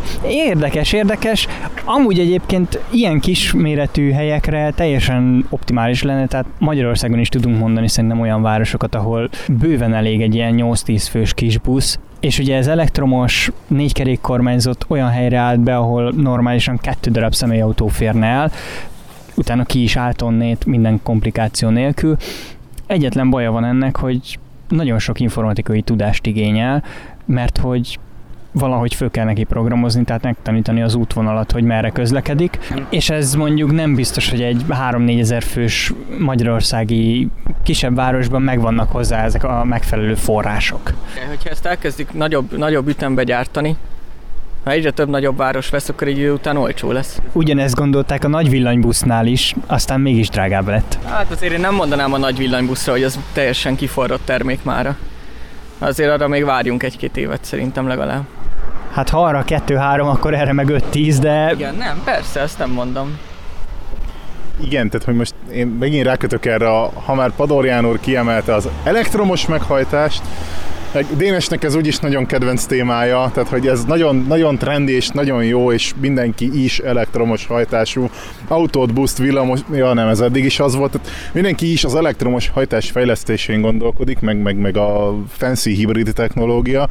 Érdekes. Amúgy egyébként ilyen kis méretű helyekre teljesen optimális lenne, tehát Magyarországon is tudunk mondani szerintem olyan városokat, ahol bőven elég egy ilyen 8-10 fős kis busz, és ugye ez elektromos, 4 kerékkormányzott olyan helyre állt be, ahol normálisan 2 darab személyautó férne el, utána ki is állt onnét minden komplikáció nélkül. Egyetlen baja van ennek, hogy nagyon sok informatikai tudást igényel, mert hogy valahogy föl kell neki programozni, tehát megtanítani az útvonalat, hogy merre közlekedik, és ez mondjuk nem biztos, hogy egy 3-4 ezer fős magyarországi kisebb városban megvannak hozzá ezek a megfelelő források. Hogyha ezt elkezdik nagyobb ütembe gyártani, ha egyre több nagyobb város vesz, akkor egy idő után olcsó lesz. Ugyanezt gondolták a nagy villanybusznál is, aztán mégis drágább lett. Hát azért én nem mondanám a nagy villanybuszra, hogy az teljesen kiforrott termék mára. Azért arra még várjunk 1-2 évet szerintem legalább. Hát ha arra 2-3, akkor erre meg 5-10, de... Igen, nem, persze, ezt nem mondom. Igen, tehát hogy most én megint rákötök erre, ha már Pador Jánor kiemelte az elektromos meghajtást, Dénesnek ez úgyis nagyon kedvenc témája, tehát hogy ez nagyon, nagyon trendi és nagyon jó, és mindenki is elektromos hajtású autót, buszt, villamos, nem, ez eddig is az volt, tehát mindenki is az elektromos hajtás fejlesztésén gondolkodik, meg a fancy hibrid technológia.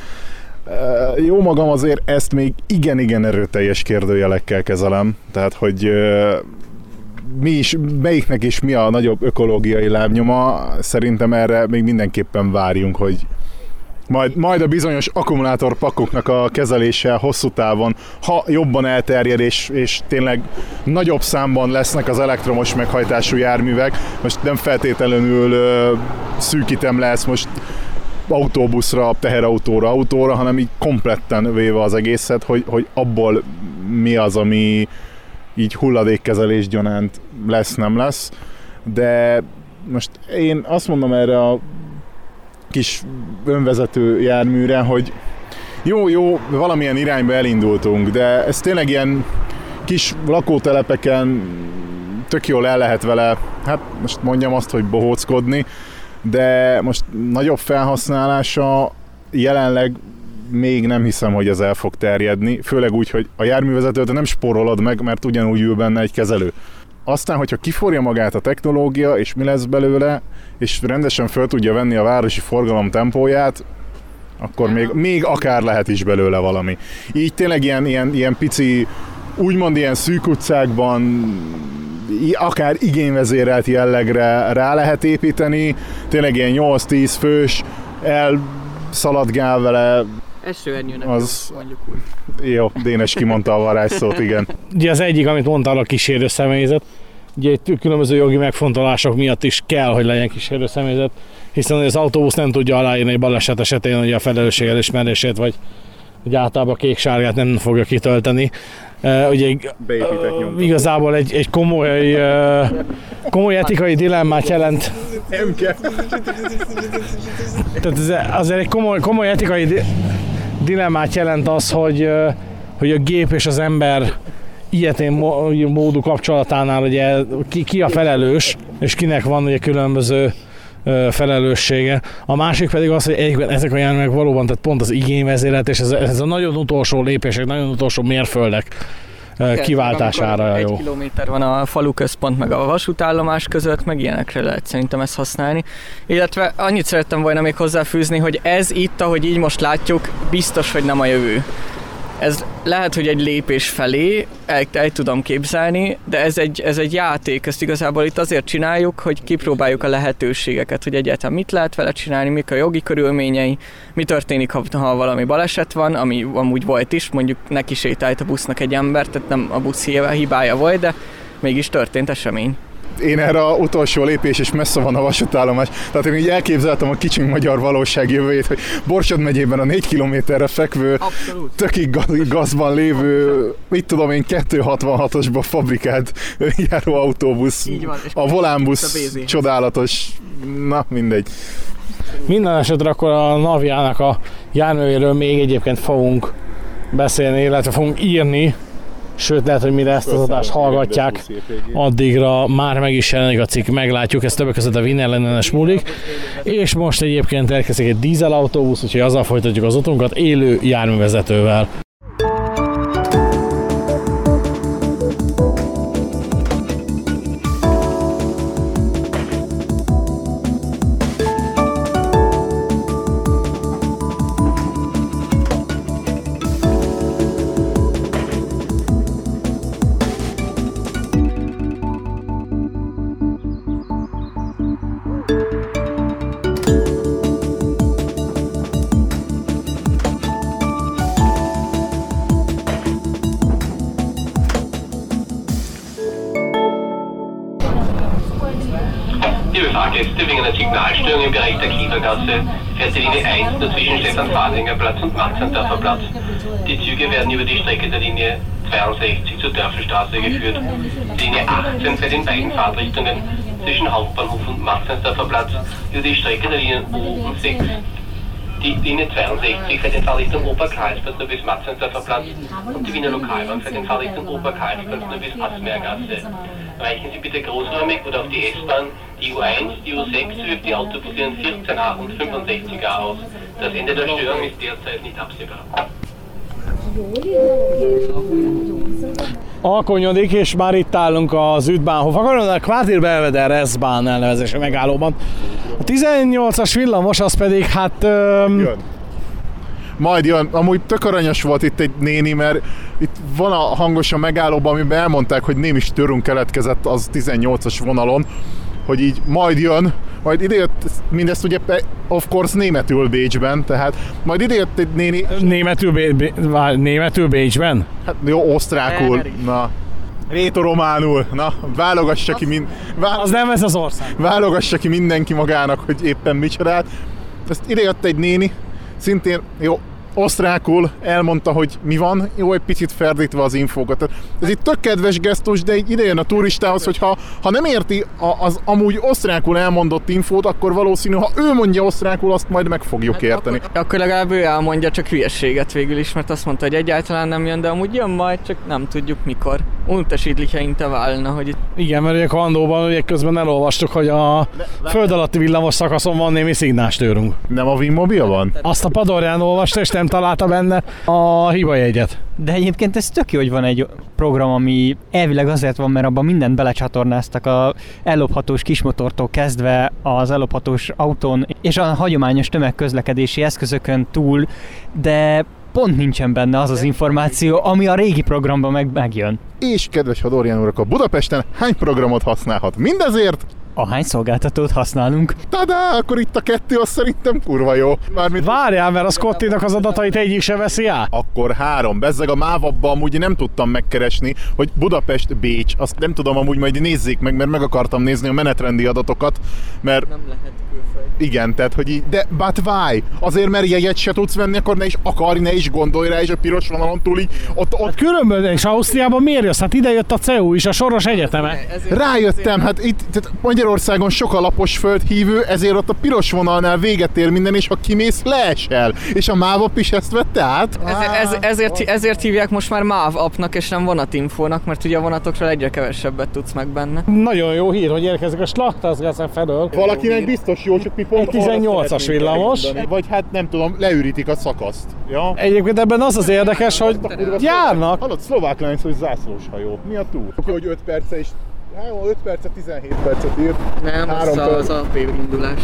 Jó magam azért ezt még igen erőteljes kérdőjelekkel kezelem, tehát hogy melyiknek is mi a nagyobb ökológiai lábnyoma, szerintem erre még mindenképpen várjunk, hogy majd a bizonyos akkumulátorpakkoknak a kezelése hosszú távon, ha jobban elterjed és tényleg nagyobb számban lesznek az elektromos meghajtású járművek, most nem feltétlenül szűkítem le ezt most autóbuszra, teherautóra, hanem így kompletten véve az egészet, hogy abból mi az, ami így hulladékkezelés gyanánt lesz, nem lesz. De most én azt mondom erre a kis önvezető járműre, hogy jó, valamilyen irányba elindultunk, de ez tényleg ilyen kis lakótelepeken tök jól el lehet vele, hát most mondjam azt, hogy bohóckodni, de most nagyobb felhasználása jelenleg még nem hiszem, hogy ez el fog terjedni, főleg úgy, hogy a járművezetőt nem spórolod meg, mert ugyanúgy ül benne egy kezelő. Aztán, hogyha kiforja magát a technológia, és mi lesz belőle, és rendesen föl tudja venni a városi forgalom tempóját, akkor még akár lehet is belőle valami. Így tényleg ilyen pici, úgymond ilyen szűk utcákban, akár igényvezérelt jellegre rá lehet építeni, tényleg ilyen 8-10 fős, elszaladgál vele. Esőernyőnek mondjuk úgy. Jó, Dénes kimondta a varázsszót, igen. Ugye az egyik, amit mondtál, a kísérő személyzet. Ugye itt különböző jogi megfontolások miatt is kell, hogy legyen kísérő személyzet, hiszen az autóbusz nem tudja aláírni egy baleset esetén ugye a felelősség elismerését, vagy általában kék-sárgát nem fogja kitölteni. Ugye igazából egy komoly etikai dilemmát jelent. Nem kell. Tehát ez azért egy komoly etikai dilemmát jelent az, hogy a gép és az ember ilyetén módú kapcsolatánál ugye ki a felelős, és kinek van ugye különböző felelőssége. A másik pedig az, hogy ezek a járművek valóban, tehát pont az igényvezérelt, és ez a nagyon utolsó lépések, nagyon utolsó mérföldek kiváltására jó. 1 kilométer van a falu központ meg a vasútállomás között, meg ilyenekre lehet szerintem ezt használni. Illetve annyit szerettem volna még hozzáfűzni, hogy ez itt, ahogy így most látjuk, biztos, hogy nem a jövő. Ez lehet, hogy egy lépés felé, el tudom képzelni, de ez egy játék, ezt igazából itt azért csináljuk, hogy kipróbáljuk a lehetőségeket, hogy egyáltalán mit lehet vele csinálni, mik a jogi körülményei, mi történik, ha valami baleset van, ami amúgy volt is, mondjuk neki sétált a busznak egy ember, tehát nem a busz hibája volt, de mégis történt esemény. Én erre a utolsó lépés, és messze van a vasútállomás. Tehát én így elképzeltem a kicsiny magyar valóság jövőjét, hogy Borsod megyében a 4 kilométerre fekvő, tökig gazban lévő, mit tudom én, 266-osba fabrikált járó autóbusz, a volánbusz csodálatos, na mindegy. Minden esetre akkor a Naviának a járművéről még egyébként fogunk beszélni, illetve fogunk írni, sőt, lehet, hogy mire ezt az adást hallgatják, addigra már meg is jelenik a cikk, meglátjuk, ez többek között a Wiener ellenes múlik. És most egyébként elkezdődik egy dízelautóbusz, úgyhogy azzal folytatjuk az utunkat élő járművezetővel. Wegen der Signalstörung im Bereich der Kiefergasse fährt die Linie 1 nur zwischen Stefan-Fahringer-Platz und Maxendorfer-Platz. Die Züge werden über die Strecke der Linie 62 zur Dörfelstraße geführt. Linie 18 fährt in beiden Fahrtrichtungen zwischen Hauptbahnhof und Maxendorfer-Platz über die Strecke der Linien O und 6. Die Linie 62 fährt in Fahrrichtung Oberkarlsplatz nur bis Matzensdorfer Platz und die Wiener Lokalbahn fährt in Fahrrichtung Oberkarlsplatz nur bis Asmeergasse. Reichen Sie bitte großräumig oder auf die S-Bahn die U1, die U6 sowie auf die Autobuslinien 14a und 65a aus. Das Ende der Störung ist derzeit nicht absehbar. Alkonyodik, és már itt állunk az Üdbánhof akaron, a Kvátir Belvedere S-Bahn elnevezésű megállóban. A 18-as villamos az pedig hát... Jön. Majd jön. Amúgy tök aranyos volt itt egy néni, mert itt van a hangos a megállóban, amiben elmondták, hogy némi störünk keletkezett az 18-as vonalon, hogy így majd jön, majd idejött, mindezt ugye of course németül Bécsben, tehát majd idejött egy néni... Németül Bécsben? Hát jó, osztrákul, na. Rétorománul, na, válogassa ki az nem ez az ország. Válogassa ki mindenki magának, hogy éppen micsodát. Ezt idejött egy néni, szintén jó, osztrákul elmondta, hogy mi van, jó, egy picit ferdítve az infókat. Ez itt tök kedves gesztus, de így idejön a turistához, hogy ha nem érti az amúgy osztrákul elmondott infót, akkor valószínű, ha ő mondja osztrákul, azt majd meg fogjuk érteni. Akkor legalább ő elmondja csak hülyességet végül is, mert azt mondta, hogy egyáltalán nem jön, de amúgy jön majd, csak nem tudjuk mikor. Unterschiedliche Intervallna, hogy itt... Igen, mert ugye Kandóban ugye közben elolvastuk, hogy a föld alatti villamos szakaszon van némi szignálstörünk. Nem a Vinmobil van? Azt a Padorján olvasta, és nem találta benne a hibajegyet. De egyébként ez tök jó, hogy van egy program, ami elvileg azért van, mert abban mindent belecsatornáztak, a ellophatós kismotortól kezdve az ellophatós autón és a hagyományos tömegközlekedési eszközökön túl, de pont nincsen benne az információ, ami a régi programban megjön. És kedves Hadorján urak, a Budapesten hány programot használhat? Mindezért? Ahány szolgáltatót használunk. Tadá, akkor itt a kettő, az szerintem kurva jó. Várjál, mert a Scottinak az adatait egyik se veszi át. Akkor 3. Bezzeg a Mávabba amúgy nem tudtam megkeresni, hogy Budapest-Bécs. Azt nem tudom, amúgy majd nézzék meg, mert meg akartam nézni a menetrendi adatokat, mert... Nem lehet külföld. Igen, tehát, hogy így, de but why? Azért, mert jegyet se tudsz venni, akkor ne is akarj, ne is gondolj rá, és a piros vonalon túl így ott... Hát különböző, és Ausztriában miért jössz? Hát ide jött a CEU is, a Soros Egyeteme. Rájöttem, hát itt tehát Magyarországon sok a lapos földhívő, ezért ott a piros vonalnál véget ér minden, és ha kimész, leesel. És a MÁV is ezt vette át? Ezért hívják most már MÁV appnak, és nem vonatinfónak, mert ugye a vonatokról egyre kevesebbet tudsz meg benne. Nagyon jó hír, hogy érkezik a Schlachtergasse felől. Valakinek biztos jó, csak mi pont 18-as villamos. Vagy hát nem tudom, leürítik a szakaszt. Ja? Egyébként ebben az az érdekes, hogy járnak. Hallod, szlovák lány, hogy zászlós hajó. Mi a túl? Hogy 5 perce is. 5 percet, 17 percet írt. Nem, az AP indulás.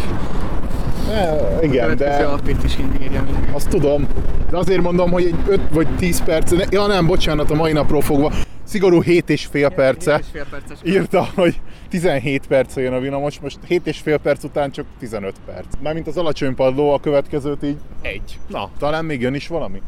Igen, de... AP-t is írja. Azt tudom. De azért mondom, hogy egy 5 vagy 10 perc. Ja nem, bocsánat, a mai napról fogva. Szigorú 7,5 perce írta, hogy 17 perce jön a villamos, most 7,5 perc után csak 15 perc. Mármint az alacsony padló, a következőt így 1. Na, talán még jön is valami.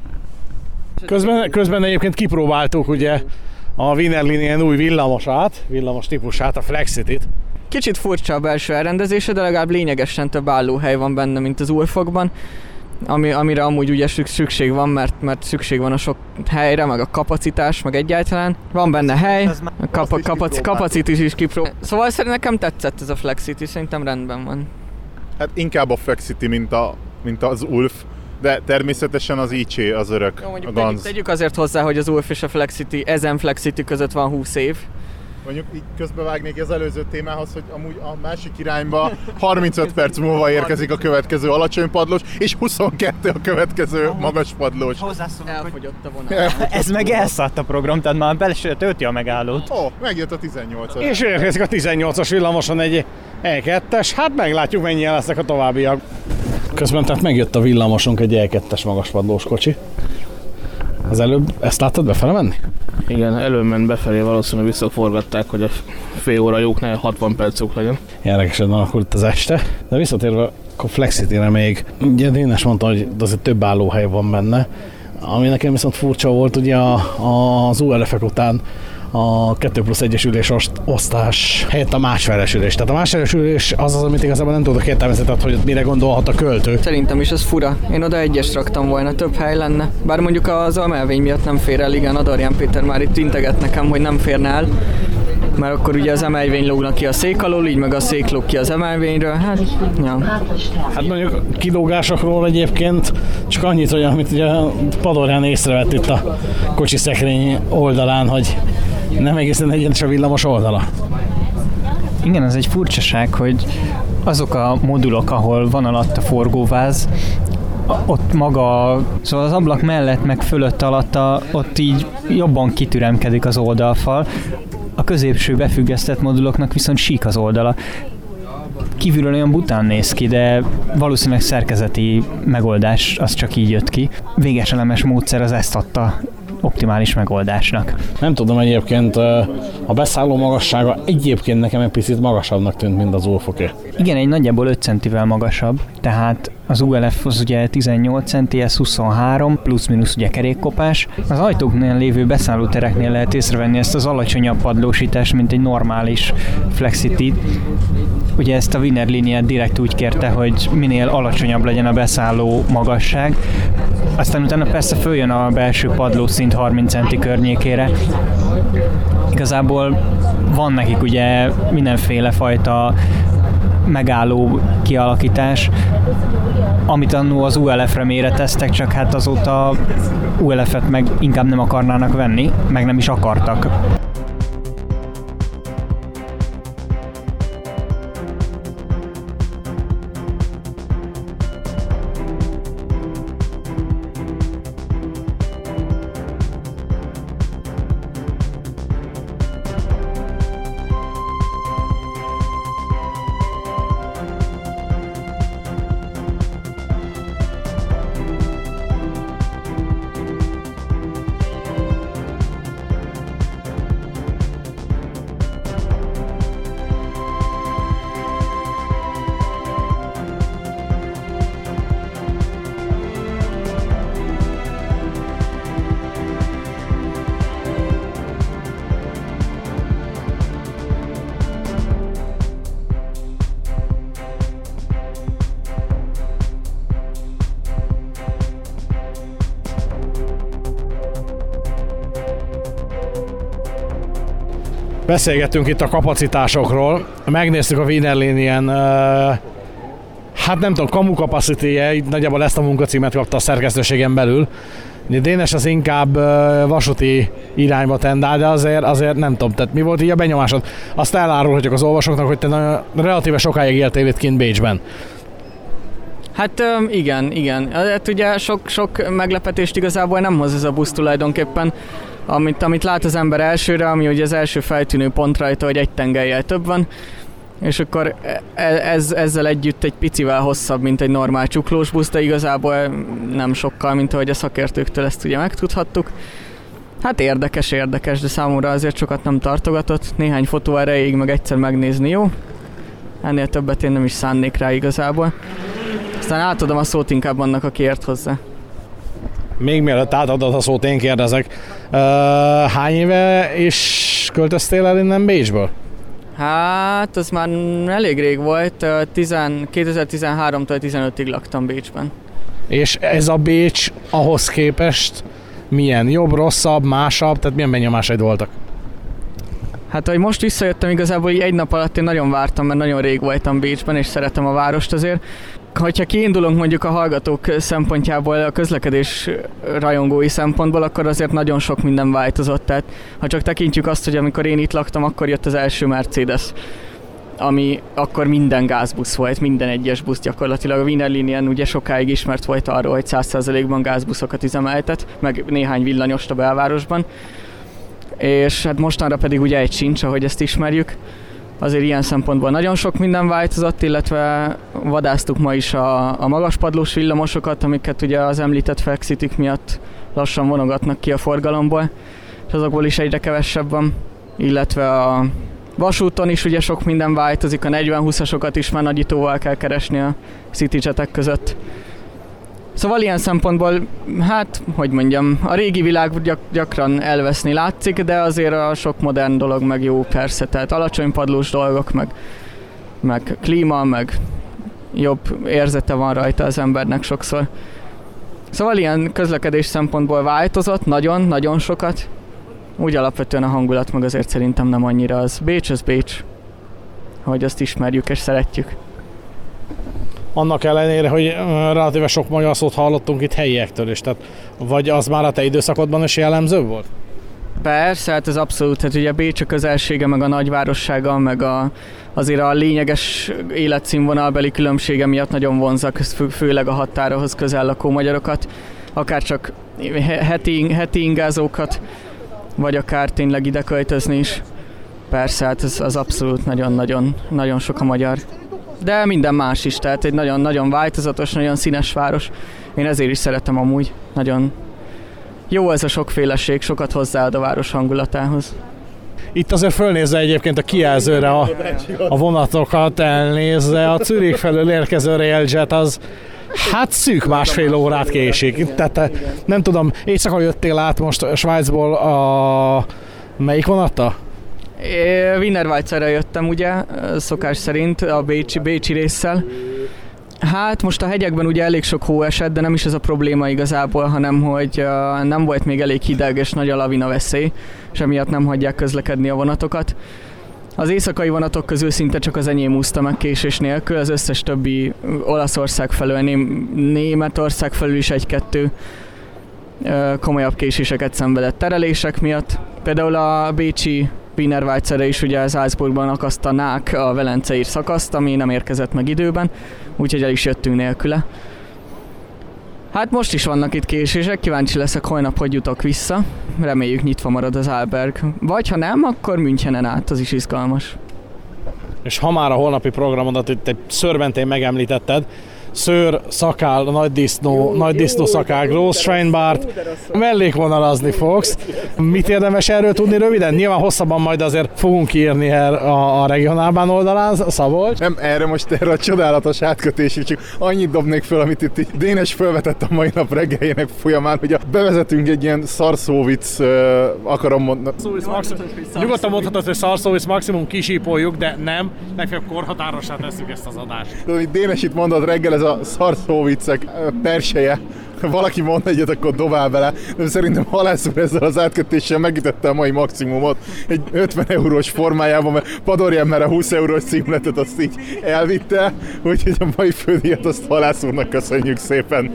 Közben egyébként kipróbáltuk ugye a Wiener Linien új villamos típusát, a Flexitit. Kicsit furcsa a belső elrendezése, de legalább lényegesen több állóhely van benne, mint az Ulfokban. Amire amúgy ugye szükség van, mert szükség van a sok helyre, meg a kapacitás, meg egyáltalán. Van benne hely, kapacitis is kipróbál. Szóval szerintem nekem tetszett ez a Flexity, szerintem rendben van. Hát inkább a Flexity, mint az Ulf, de természetesen az IC az örök, jó, a Ganz. Tegyük azért hozzá, hogy az Ulf és a Flexity, ezen Flexity között van 20 év. Mondjuk így közbevágnék az előző témához, hogy amúgy a másik irányba 35 perc múlva érkezik a következő alacsony padlós, és 22 a következő magas padlós. Elfogyott a vonal. Ez meg elszállt a program, tehát már belső tölti a megállót. Megjött a 18-as. És érkezik a 18-as villamoson egy E2-es, hát meglátjuk mennyien lesznek a továbbiak. Közben tehát megjött a villamosunk egy E2-es magaspadlós kocsi. Az előbb ezt láttad befele menni? Igen, előbb ment befelé, valószínűleg visszaforgatták, hogy a fél óra jóknál 60 percük legyen. Érdekesen alakult az este, de visszatérve a Flexity-re még, ugye Dénes mondta, hogy azért több állóhely van benne, ami nekem viszont furcsa volt, ugye az URF-ek után a 2+1-es ülés osztás helyett a másfeles ülés. Tehát a másfeles ülés az, amit igazából nem tudok értelmezni, tehát hogy mire gondolhat a költő. Szerintem is ez fura. Én oda egyes raktam volna, több hely lenne. Bár mondjuk az almelvény miatt nem fér el, igen, Adarján Péter már itt integet nekem, hogy nem férne el. mert akkor ugye az emelvény lógnak ki a szék alól, így meg a szék lóg ki az emelvényről, hát, ja. Hát mondjuk kilógásokról egyébként csak annyit, hogy amit ugye Padorján észrevett itt a kocsi szekrény oldalán, hogy nem egészen egyenes a villamos oldala. Igen, ez egy furcsaság, hogy azok a modulok, ahol van alatt a forgóváz, ott maga, szóval az ablak mellett, meg fölött alatta, ott így jobban kitüremkedik az oldalfal. A középső befüggesztett moduloknak viszont sík az oldala. Kívülről olyan bután néz ki, de valószínűleg szerkezeti megoldás az csak így jött ki. Végeselemes módszer az ezt adta optimális megoldásnak. Nem tudom, egyébként a beszálló magassága egyébként nekem egy picit magasabbnak tűnt, mint az Ulfoké. Igen, egy nagyjából 5 centivel magasabb, tehát az ULF az ugye 18 centi, ez 23, plusz-minusz ugye kerékkopás. Az ajtóknál lévő beszállótereknél lehet észrevenni ezt az alacsonyabb padlósítást, mint egy normális Flexity. Ugye ezt a Wiener Linie direkt úgy kérte, hogy minél alacsonyabb legyen a beszálló magasság. Aztán utána persze följön a belső padlószint 30 centi környékére. Igazából van nekik ugye mindenféle fajta megálló kialakítás, amit annó az ULF-re méreteztek, csak hát azóta ULF-et meg inkább nem akarnának venni, meg nem is akartak. Beszélgettünk itt a kapacitásokról, megnéztük a Wiener Linien, hát nem tudom, kamu capacity-je, nagyjából ezt a munkacímet kapta a szerkesztőségen belül. Dénes az inkább vasúti irányba tendál, de azért nem tudom, tehát mi volt így a benyomásod? Azt elárulhatjuk az olvasóknak, hogy te relatíve sokáig éltél itt kint Bécsben. Hát igen. Hát ugye sok meglepetést igazából nem hoz ez a busz tulajdonképpen. Amit lát az ember elsőre, ami ugye az első feltűnő pont rajta, hogy egy tengelyel több van, és akkor ezzel együtt egy picivel hosszabb, mint egy normál csuklós busz, de igazából nem sokkal, mint ahogy a szakértőktől ezt ugye megtudhattuk. Hát érdekes, de számomra azért sokat nem tartogatott, néhány fotó erejéig meg egyszer megnézni jó. Ennél többet én nem is szánnék rá igazából. Aztán átadom a szót inkább annak, aki ért hozzá. Még mielőtt átadod a szót, én kérdezek. Hány éve is költöztél el innen Bécsből? Hát, az már elég rég volt. 2013-tól 15-ig laktam Bécsben. És ez a Bécs ahhoz képest milyen? Jobb, rosszabb, másabb? Tehát milyen benyomásaid voltak? Hát, ahogy most visszajöttem, igazából egy nap alatt én nagyon vártam, mert nagyon rég voltam Bécsben, és szeretem a várost azért. Hogyha kiindulunk mondjuk a hallgatók szempontjából, a közlekedés rajongói szempontból, akkor azért nagyon sok minden változott. Tehát, ha csak tekintjük azt, hogy amikor én itt laktam, akkor jött az első Mercedes, ami akkor minden gázbusz volt, minden egyes busz gyakorlatilag. A Wiener Linien ugye sokáig ismert volt arról, hogy 100%-ban gázbuszokat üzemeltet, meg néhány villanyost a belvárosban. És hát mostanra pedig ugye egy sincs, ahogy ezt ismerjük. Azért ilyen szempontból nagyon sok minden változott, illetve vadásztuk ma is a magaspadlós villamosokat, amiket ugye az említett Flexity-k miatt lassan vonogatnak ki a forgalomból, és azokból is egyre kevesebb van, illetve a vasúton is ugye sok minden változik, a 40-20-asokat is már nagyítóval kell keresni a CityJetek között. Szóval ilyen szempontból, hát, hogy mondjam, a régi világ gyakran elveszni látszik, de azért a sok modern dolog meg jó persze, tehát alacsony padlós dolgok, meg klíma, meg jobb érzete van rajta az embernek sokszor. Szóval ilyen közlekedés szempontból változott, nagyon-nagyon sokat, Úgy alapvetően a hangulat meg azért szerintem nem annyira az. Bécs az Bécs, hogy azt ismerjük és szeretjük. Annak ellenére, hogy relatíve sok magyar szót hallottunk itt helyiektől is, tehát vagy az már a te időszakodban is jellemző volt? Persze, hát ez abszolút, hát ugye Bécs a közelsége, meg a nagyvárossága, meg azért a lényeges életszínvonalbeli különbsége miatt nagyon vonzak, főleg a határhoz közel lakó magyarokat, akár csak heti ingázókat, vagy akár tényleg ide költözni is. Persze, hát ez az abszolút nagyon sok a magyar. De minden más is, tehát egy nagyon változatos, nagyon színes város. Én ezért is szeretem amúgy. Nagyon jó ez a sokféleség, sokat hozzáad a város hangulatához. Itt azért fölnézve egyébként a kijelzőre a vonatokat elnézve, a Zürich felől érkező Railjet az hát szűk másfél órát késik. Tehát nem tudom, éjszaka jöttél át most Svájcból a melyik vonatta? Wienerwalzerre jöttem ugye, szokás szerint a bécsi résszel. Hát most a hegyekben ugye elég sok hó esett, de nem is ez a probléma igazából, hanem hogy nem volt még elég hideg és nagy a lavina veszély, és emiatt nem hagyják közlekedni a vonatokat. Az éjszakai vonatok közül szinte csak az enyém úszta meg késés nélkül, az összes többi Olaszország felől, Németország felül is egy-kettő komolyabb késéseket szenvedett terelések miatt. Például a bécsi Wienerwalzerre is ugye Salzburgban akasztanák a Velencei szakaszt, ami nem érkezett meg időben, úgyhogy el is jöttünk nélküle. Hát most is vannak itt késések, kíváncsi leszek holnap, hogy jutok vissza. Reméljük nyitva marad az Alberg. Vagy ha nem, akkor Münchenen át, az is izgalmas. És ha már a holnapi programodat itt egy szőrmentén megemlítetted, szőr, szakál, nagy disznó szakál, Großschweinbart, mellékvonalazni fogsz. Mit érdemes erről tudni röviden? Nyilván hosszabban majd azért fogunk írni a regionálbán oldalán, Szabolcs. Nem, erre a csodálatos átkötésig csak annyit dobnék föl, amit itt Dénes felvetett a mai nap reggeljének folyamán, hogy bevezetünk egy ilyen szarszóvic, akarom mondani. Nyugodtan mondhatod, hogy szarszóvic maximum kisípoljuk, de nem, legfeljebb korhatárosá tesszük ezt az adást. Amit Dénes itt mondott reggel, ez a szarszóviccek perseje. Valaki mond egyet, akkor dobál bele. De szerintem Halász úr ezzel az átkötéssel megütötte a mai maximumot egy 50 eurós formájában, mert Padorján már a 20 eurós címletet azt így elvitte, úgyhogy a mai fődíjat azt Halász úrnak köszönjük szépen.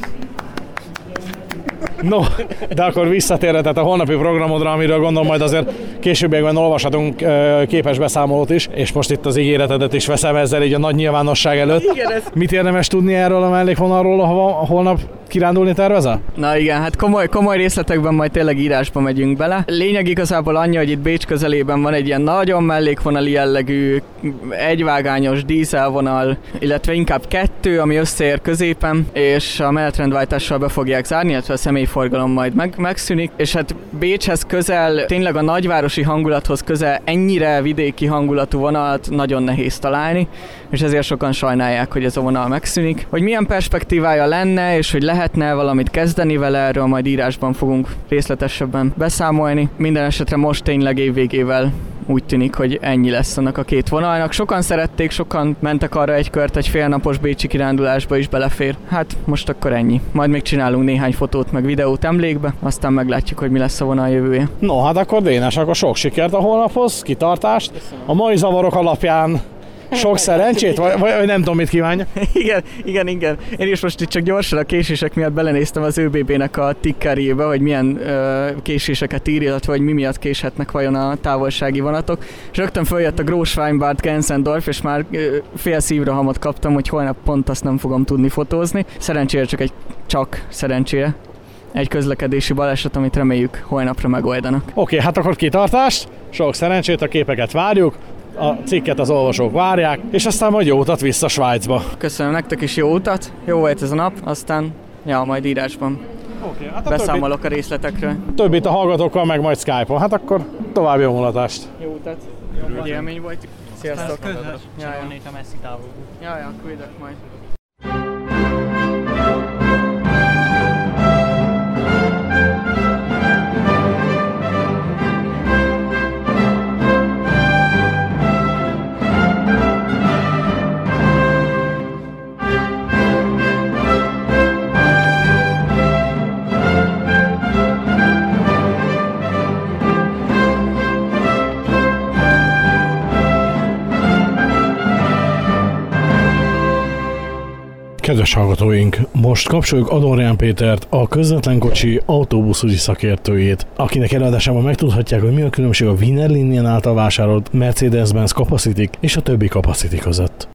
No, de akkor visszatérve, tehát a holnapi programodra, amiről gondolom majd azért későbbiekben olvashatunk képes beszámolót is, és most itt az ígéretedet is veszem ezzel így a nagy nyilvánosság előtt. Mit érdemes tudni erről a mellékvonalról, ha holnap kirándulni tervezel? Na igen, hát komoly részletekben majd tényleg írásba megyünk bele. Lényeg igazából annyi, hogy itt Bécs közelében van egy ilyen nagyon mellékvonali jellegű, egyvágányos dízelvonal, illetve inkább kettő, ami összeér középen, és a menetrendváltással be fogják zárni, illetve a személyforgalom majd megszűnik, és hát Bécshez közel, tényleg a nagyvárosi hangulathoz közel ennyire vidéki hangulatú vonalat nagyon nehéz találni, és ezért sokan sajnálják, hogy ez a vonal megszűnik. Hogy milyen perspektívája lenne, és hogy lehetne valamit kezdeni vele, erről majd írásban fogunk részletesebben beszámolni. Minden esetre most tényleg évvégével úgy tűnik, hogy ennyi lesz annak a két vonalnak. Sokan szerették, sokan mentek arra egy kört, egy félnapos bécsi kirándulásba is belefér. Hát most akkor ennyi. Majd még csinálunk néhány fotót meg videót emlékbe, aztán meglátjuk, hogy mi lesz a vonal jövője. No, hát akkor Dénes, akkor sok sikert a holnaphoz, kitartást. A mai zavarok alapján sok szerencsét, vagy nem tudom, mit kívánja. Igen. Én is most itt csak gyorsan a késések miatt belenéztem az ÖBB-nek a tickerjébe, hogy milyen késéseket ír, illetve hogy mi miatt késhetnek vajon a távolsági vonatok. És rögtön följött a Großschweinbart Gensendorf, és már fél szívrohamot kaptam, hogy holnap pont azt nem fogom tudni fotózni. Szerencsére csak szerencsére egy közlekedési baleset, amit reméljük holnapra megoldanak. Oké, hát akkor kitartást, sok szerencsét, a képeket várjuk. A cikket az olvasók várják, és aztán majd jó utat vissza Svájcba. Köszönöm nektek is, jó utat, jó volt ez a nap, aztán majd írásban hát beszámolok a részletekről. Többit a hallgatókkal, meg majd Skype-on. Hát akkor további jó mulatást. Jó utat, nagy élmény volt. Sziasztok! Ja, küldök majd. Kedves hallgatóink, most kapcsoljuk Adorján Pétert, a közvetlen kocsi autóbuszügyi szakértőjét, akinek előadásában megtudhatják, hogy mi a különbség a Wiener Linien által vásárolt Mercedes-Benz Capacity és a többi Capacity között.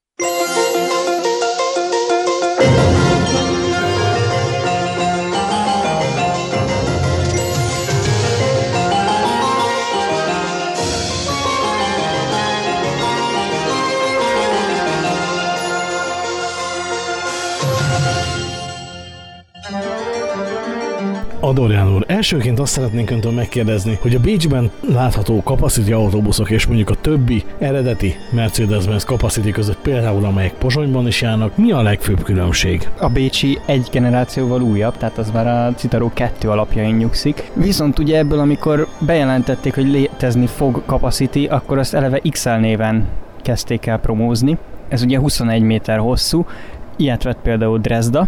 Adorján úr, elsőként azt szeretnénk öntől megkérdezni, hogy a Bécsben látható Capacity autóbuszok és mondjuk a többi eredeti Mercedes-Benz Capacity között, például amelyek Pozsonyban is járnak, mi a legfőbb különbség? A bécsi egy generációval újabb, tehát az már a Citaro 2 alapjain nyugszik. Viszont ugye ebből, amikor bejelentették, hogy létezni fog Capacity, akkor azt eleve XL néven kezdték el promózni. Ez ugye 21 méter hosszú, ilyet vett például Dresda,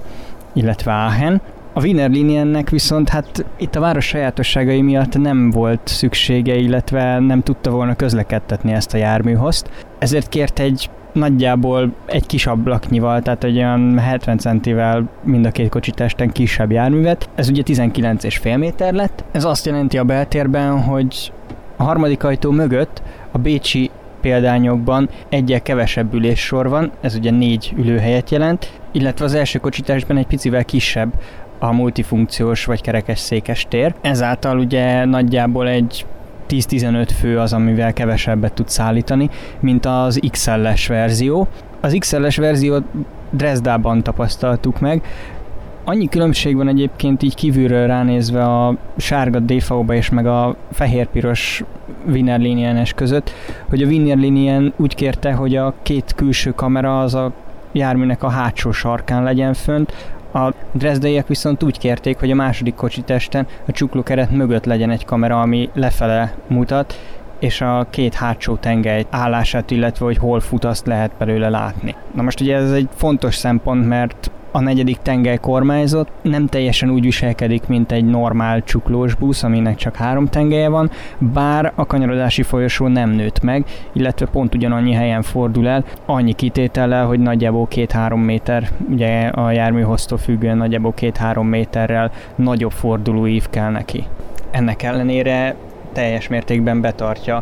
illetve Aachen. A Wiener Liniennek viszont hát itt a város sajátosságai miatt nem volt szüksége, illetve nem tudta volna közlekedtetni ezt a járműhozt. Ezért kért egy nagyjából egy kis ablaknyival, tehát egy olyan 70 centivel mind a két kocsitesten kisebb járművet. Ez ugye 19,5 méter lett. Ez azt jelenti a beltérben, hogy a harmadik ajtó mögött a bécsi példányokban egyel kevesebb üléssor van, ez ugye 4 ülőhelyet jelent, illetve az első kocsitásban egy picivel kisebb a multifunkciós vagy kerekes székes tér. Ezáltal ugye nagyjából egy 10-15 fő az, amivel kevesebbet tud szállítani, mint az XL-es verzió. Az XL-es verziót Dresdában tapasztaltuk meg. Annyi különbség van egyébként így kívülről ránézve a sárga DV-ba és meg a fehér-piros Wiener Linien-es között, hogy a Wiener Linien úgy kérte, hogy a két külső kamera az a járműnek a hátsó sarkán legyen fönt, a dresdaiak viszont úgy kérték, hogy a második kocsitesten a csuklókeret mögött legyen egy kamera, ami lefele mutat, és a két hátsó tengely állását, illetve hogy hol fut, azt lehet belőle látni. Na most ugye ez egy fontos szempont, mert a negyedik tengely kormányzott, nem teljesen úgy viselkedik, mint egy normál csuklós busz, aminek csak 3 tengelye van, bár a kanyarodási folyosó nem nőtt meg, illetve pont ugyanannyi helyen fordul el, annyi kitétellel, hogy nagyjából 2-3 méter, ugye a járműhoztól függően nagyjából 2-3 méterrel nagyobb fordulóív kell neki. Ennek ellenére teljes mértékben betartja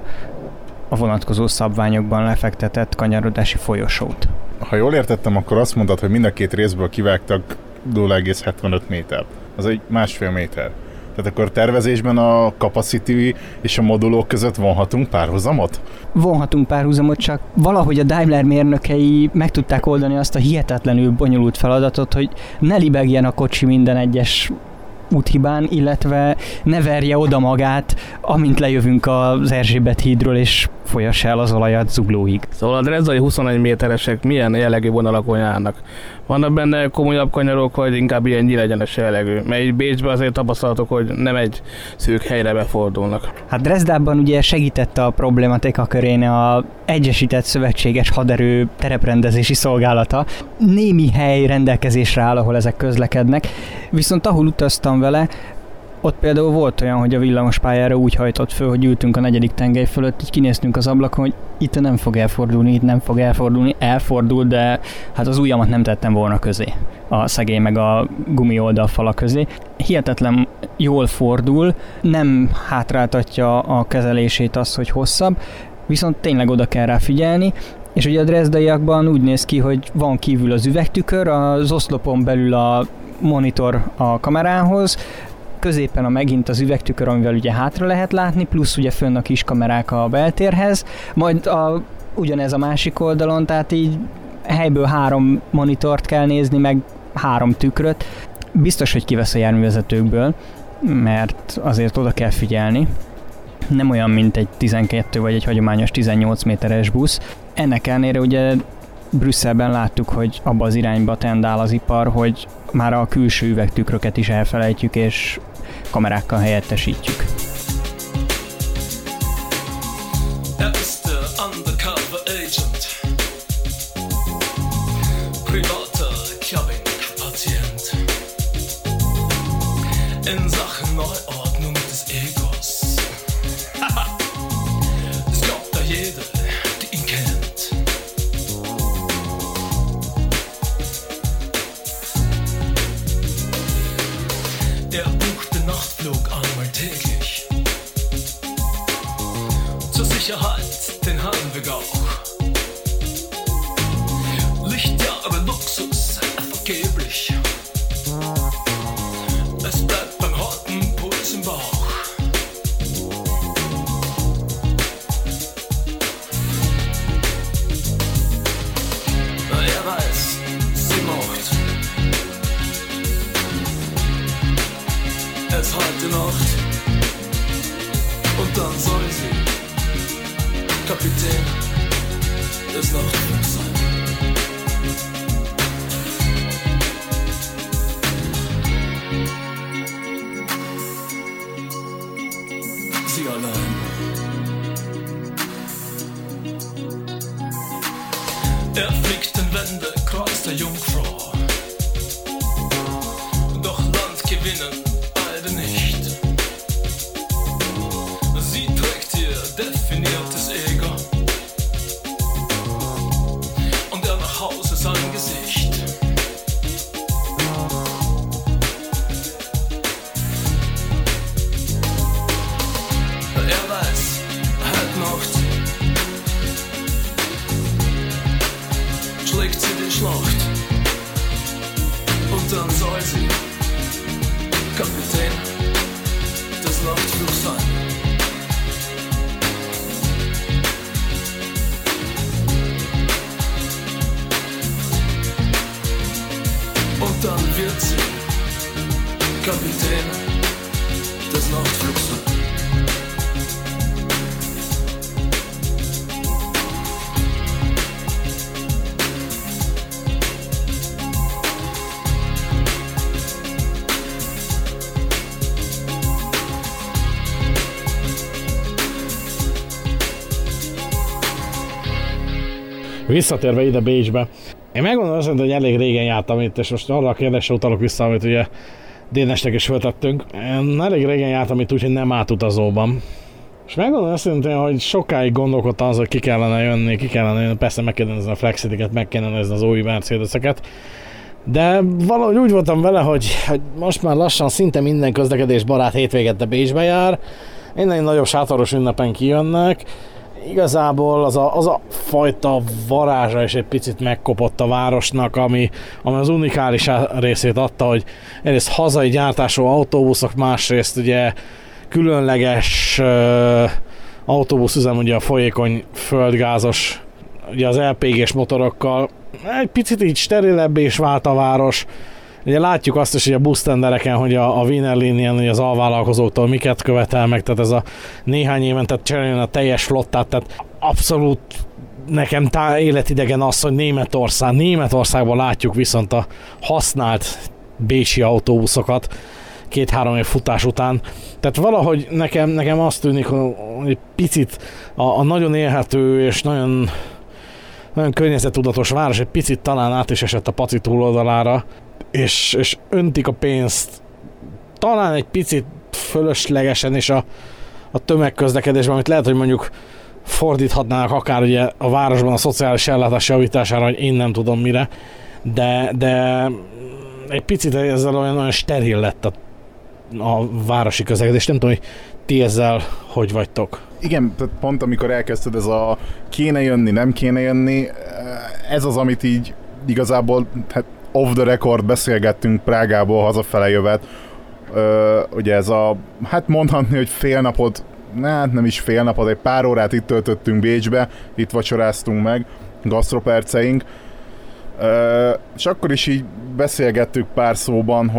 a vonatkozó szabványokban lefektetett kanyarodási folyosót. Ha jól értettem, akkor azt mondtad, hogy mind a két részből kivágtak 0,75 méter. Az egy 1,5 méter. Tehát akkor tervezésben a Capacity és a modulok között vonhatunk párhuzamot? Vonhatunk párhuzamot, csak valahogy a Daimler mérnökei meg tudták oldani azt a hihetetlenül bonyolult feladatot, hogy ne libegjen a kocsi minden egyes úthibán, illetve ne verje oda magát, amint lejövünk az Erzsébet hídról, és folyassa el az olajat Zuglóig. Szóval a drezdai 21 méteresek milyen jellegű vonalakon járnak? Vannak benne komolyabb kanyarok, vagy inkább ilyen nyílegyenes jellegű? Mert így Bécsben azért tapasztalatok, hogy nem egy szűk helyre befordulnak. Hát Dresdában ugye segítette a problématika körén a Egyesített Szövetséges Haderő tereprendezési szolgálata. Némi hely rendelkezésre áll, ahol ezek közlekednek, viszont ahol utaztam vele, ott például volt olyan, hogy a villamospályára úgy hajtott föl, hogy ültünk a negyedik tengely fölött, így kinéztünk az ablakon, hogy itt nem fog elfordulni, itt nem fog elfordulni, elfordul, de hát az ujjamat nem tettem volna közé, a szegély meg a gumi oldalfala közé. Hihetetlen jól fordul, nem hátráltatja a kezelését az, hogy hosszabb, viszont tényleg oda kell rá figyelni, és ugye a drezdaiakban úgy néz ki, hogy van kívül az üvegtükör, az oszlopon belül a monitor a kamerához, középen megint az üvegtükör, amivel ugye hátra lehet látni, plusz ugye fönn a kis kamerák a beltérhez, majd ugyanez a másik oldalon, tehát így helyből 3 monitort kell nézni, meg 3 tükröt. Biztos, hogy kivesz a járművezetőkből, mert azért oda kell figyelni. Nem olyan, mint egy 12 vagy egy hagyományos 18 méteres busz. Ennek ellenére ugye Brüsszelben láttuk, hogy abba az irányba tendál az ipar, hogy már a külső üvegtükröket is elfelejtjük, és kamerákkal helyettesítjük. In Sachen Neuordnung des Egos. Es glaubt da jeder, die ihn kennt. Nachtflug einmal täglich. Zur Sicherheit den Heimweg auch. Lichtjahre Luxus, vergeblich. Es bleibt beim harten Puls im Bauch. Er weiß, sie macht es heute Nacht. Und dann soll sie Kapitän des Nachtflugs sein. Sie allein. Er fliegt den Wendekreis der Jungfrau. Doch Land gewinnen beide nicht. Sie trägt ihr definiertes Ego. Und er nach Hause sein Gesicht. Er weiß, halt Nacht schlägt sie die Schlacht. Und dann soll sie Kapitän des Nachtflugs sein. Und dann wird sie Kapitän des Nachtflugs sein. Visszatérve ide Bécsbe, én megmondom azt, hogy elég régen jártam itt, és most arra a kérdésre utalok vissza, amit ugye Dénesnek is föltettünk. Én elég régen jártam itt, úgyhogy nem átutazóban. És megmondom azt, hogy sokáig gondolkodtam az, hogy ki kellene jönni, persze meg kellene nézni a Flexitiket, meg kellene nézni az új Mercedeseket. De valahogy úgy voltam vele, hogy most már lassan szinte minden közlekedés barát hétvégente Bécsbe jár, innen nagyobb sátoros ünnepen kijönnek. Igazából az a fajta varázsa is egy picit megkopott a városnak, ami az unikális részét adta, hogy egyrészt hazai gyártású autóbuszok, másrészt ugye különleges autóbuszüzem, ugye a folyékony földgázos, ugye az LPG-s motorokkal. Egy picit így sterilebbé is vált a város. Ugye látjuk azt is, hogy a busztendereken, hogy a Wiener Linien az alvállalkozóktól miket követel meg, tehát ez a néhány évente cseréljen a teljes flottát, tehát abszolút nekem életidegen az, hogy Németországban látjuk viszont a használt bécsi autóbuszokat 2-3 év futás után. Tehát valahogy nekem azt tűnik, hogy picit a nagyon élhető és nagyon környezettudatos város egy picit talán át is esett a Paci túloldalára, és öntik a pénzt talán egy picit fölöslegesen is a tömegközlekedésben, amit lehet, hogy mondjuk fordíthatnának akár ugye a városban a szociális ellátás javítására, hogy én nem tudom mire, de egy picit ezzel olyan steril lett a városi közlekedés. Nem tudom, hogy ti ezzel hogy vagytok. Igen, tehát pont amikor elkezdted ez a kéne jönni, nem kéne jönni, ez az, amit így igazából off the record beszélgettünk Prágából hazafele jövet. Ugye ez mondhatni, hogy fél napot, nem is fél napot, egy pár órát itt töltöttünk Bécsbe, itt vacsoráztunk meg, gasztroperceink, és akkor is így beszélgettük pár szóban,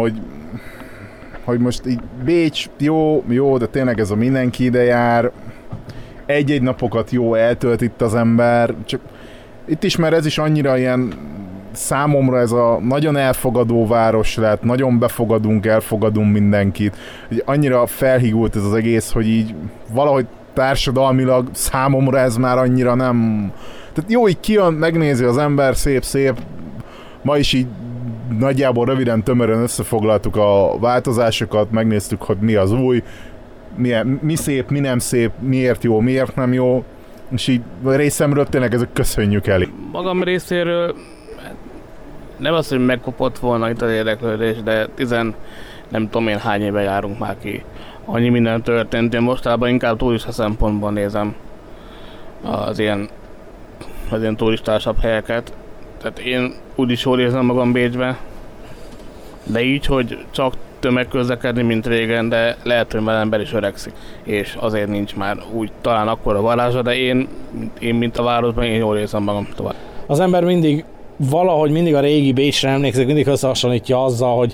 hogy most így Bécs jó, de tényleg ez a mindenki ide jár, egy-egy napokat jó eltölt itt az ember, csak itt is, mert ez is annyira ilyen számomra ez a nagyon elfogadó város lett, nagyon befogadunk, elfogadunk mindenkit, annyira felhigult ez az egész, hogy így valahogy társadalmilag számomra ez már annyira nem... Tehát jó, így kijön, megnézi az ember, szép, ma is így nagyjából röviden, tömören összefoglaltuk a változásokat, megnéztük, hogy mi az új, mi szép, mi nem szép, miért jó, miért nem jó, és így részemről tényleg ezek köszönjük el. Magam részéről nem az, hogy megkopott volna itt az érdeklődés, de nem tudom én hány éve járunk már ki. Annyi minden történt, én mostában inkább turista szempontból nézem az ilyen turistásabb helyeket. Tehát én úgyis jól érzem magam Bécsbe, de így, hogy csak tömegközlekedni, mint régen, de lehet, hogy már ember is öregszik, és azért nincs már úgy talán akkora varázsa, de én mint a városban, én jól érzem magam tovább. Az ember mindig a régi Bécsre emlékszik, mindig összehasonlítja azzal, hogy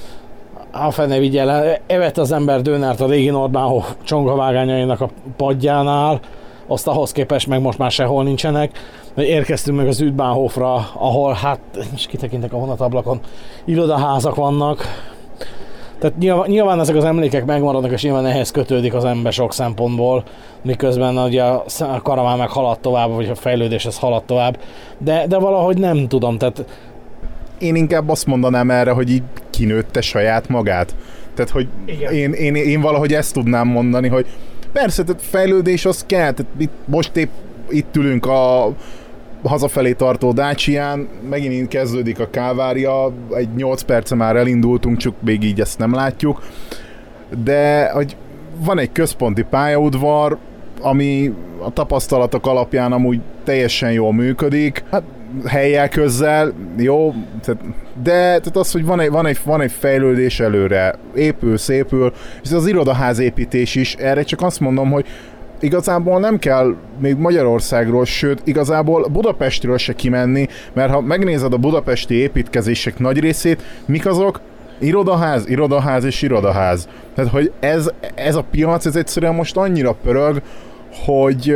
a fene vigyel el, evett az ember dönert a régi Nordbahnhof csongavágányainak a padjánál, azt ahhoz képest meg most már sehol nincsenek. Érkeztünk meg az Südbahnhofra, ahol hát, és kitekintek a vonatablakon, irodaházak vannak. Tehát nyilván ezek az emlékek megmaradnak, és nyilván ehhez kötődik az ember sok szempontból, miközben ugye a karaván meg halad tovább, vagy a fejlődés ez halad tovább. De valahogy nem tudom, tehát... Én inkább azt mondanám erre, hogy így kinőtte saját magát. Tehát, hogy én valahogy ezt tudnám mondani, hogy persze, tehát fejlődés az kell, tehát most épp itt ülünk a hazafelé tartó Dacián, megint kezdődik a kávária, egy 8 perce már elindultunk, csak még így ezt nem látjuk, de hogy van egy központi pályaudvar, ami a tapasztalatok alapján amúgy teljesen jól működik, hát helyjel közzel, jó, de tehát az, hogy van egy fejlődés előre, szépül, és az irodaház építés is, erre csak azt mondom, hogy igazából nem kell még Magyarországról, sőt, igazából Budapestről se kimenni, mert ha megnézed a budapesti építkezések nagy részét, mik azok? Irodaház és irodaház. Tehát, hogy ez a piac, ez egyszerűen most annyira pörög, hogy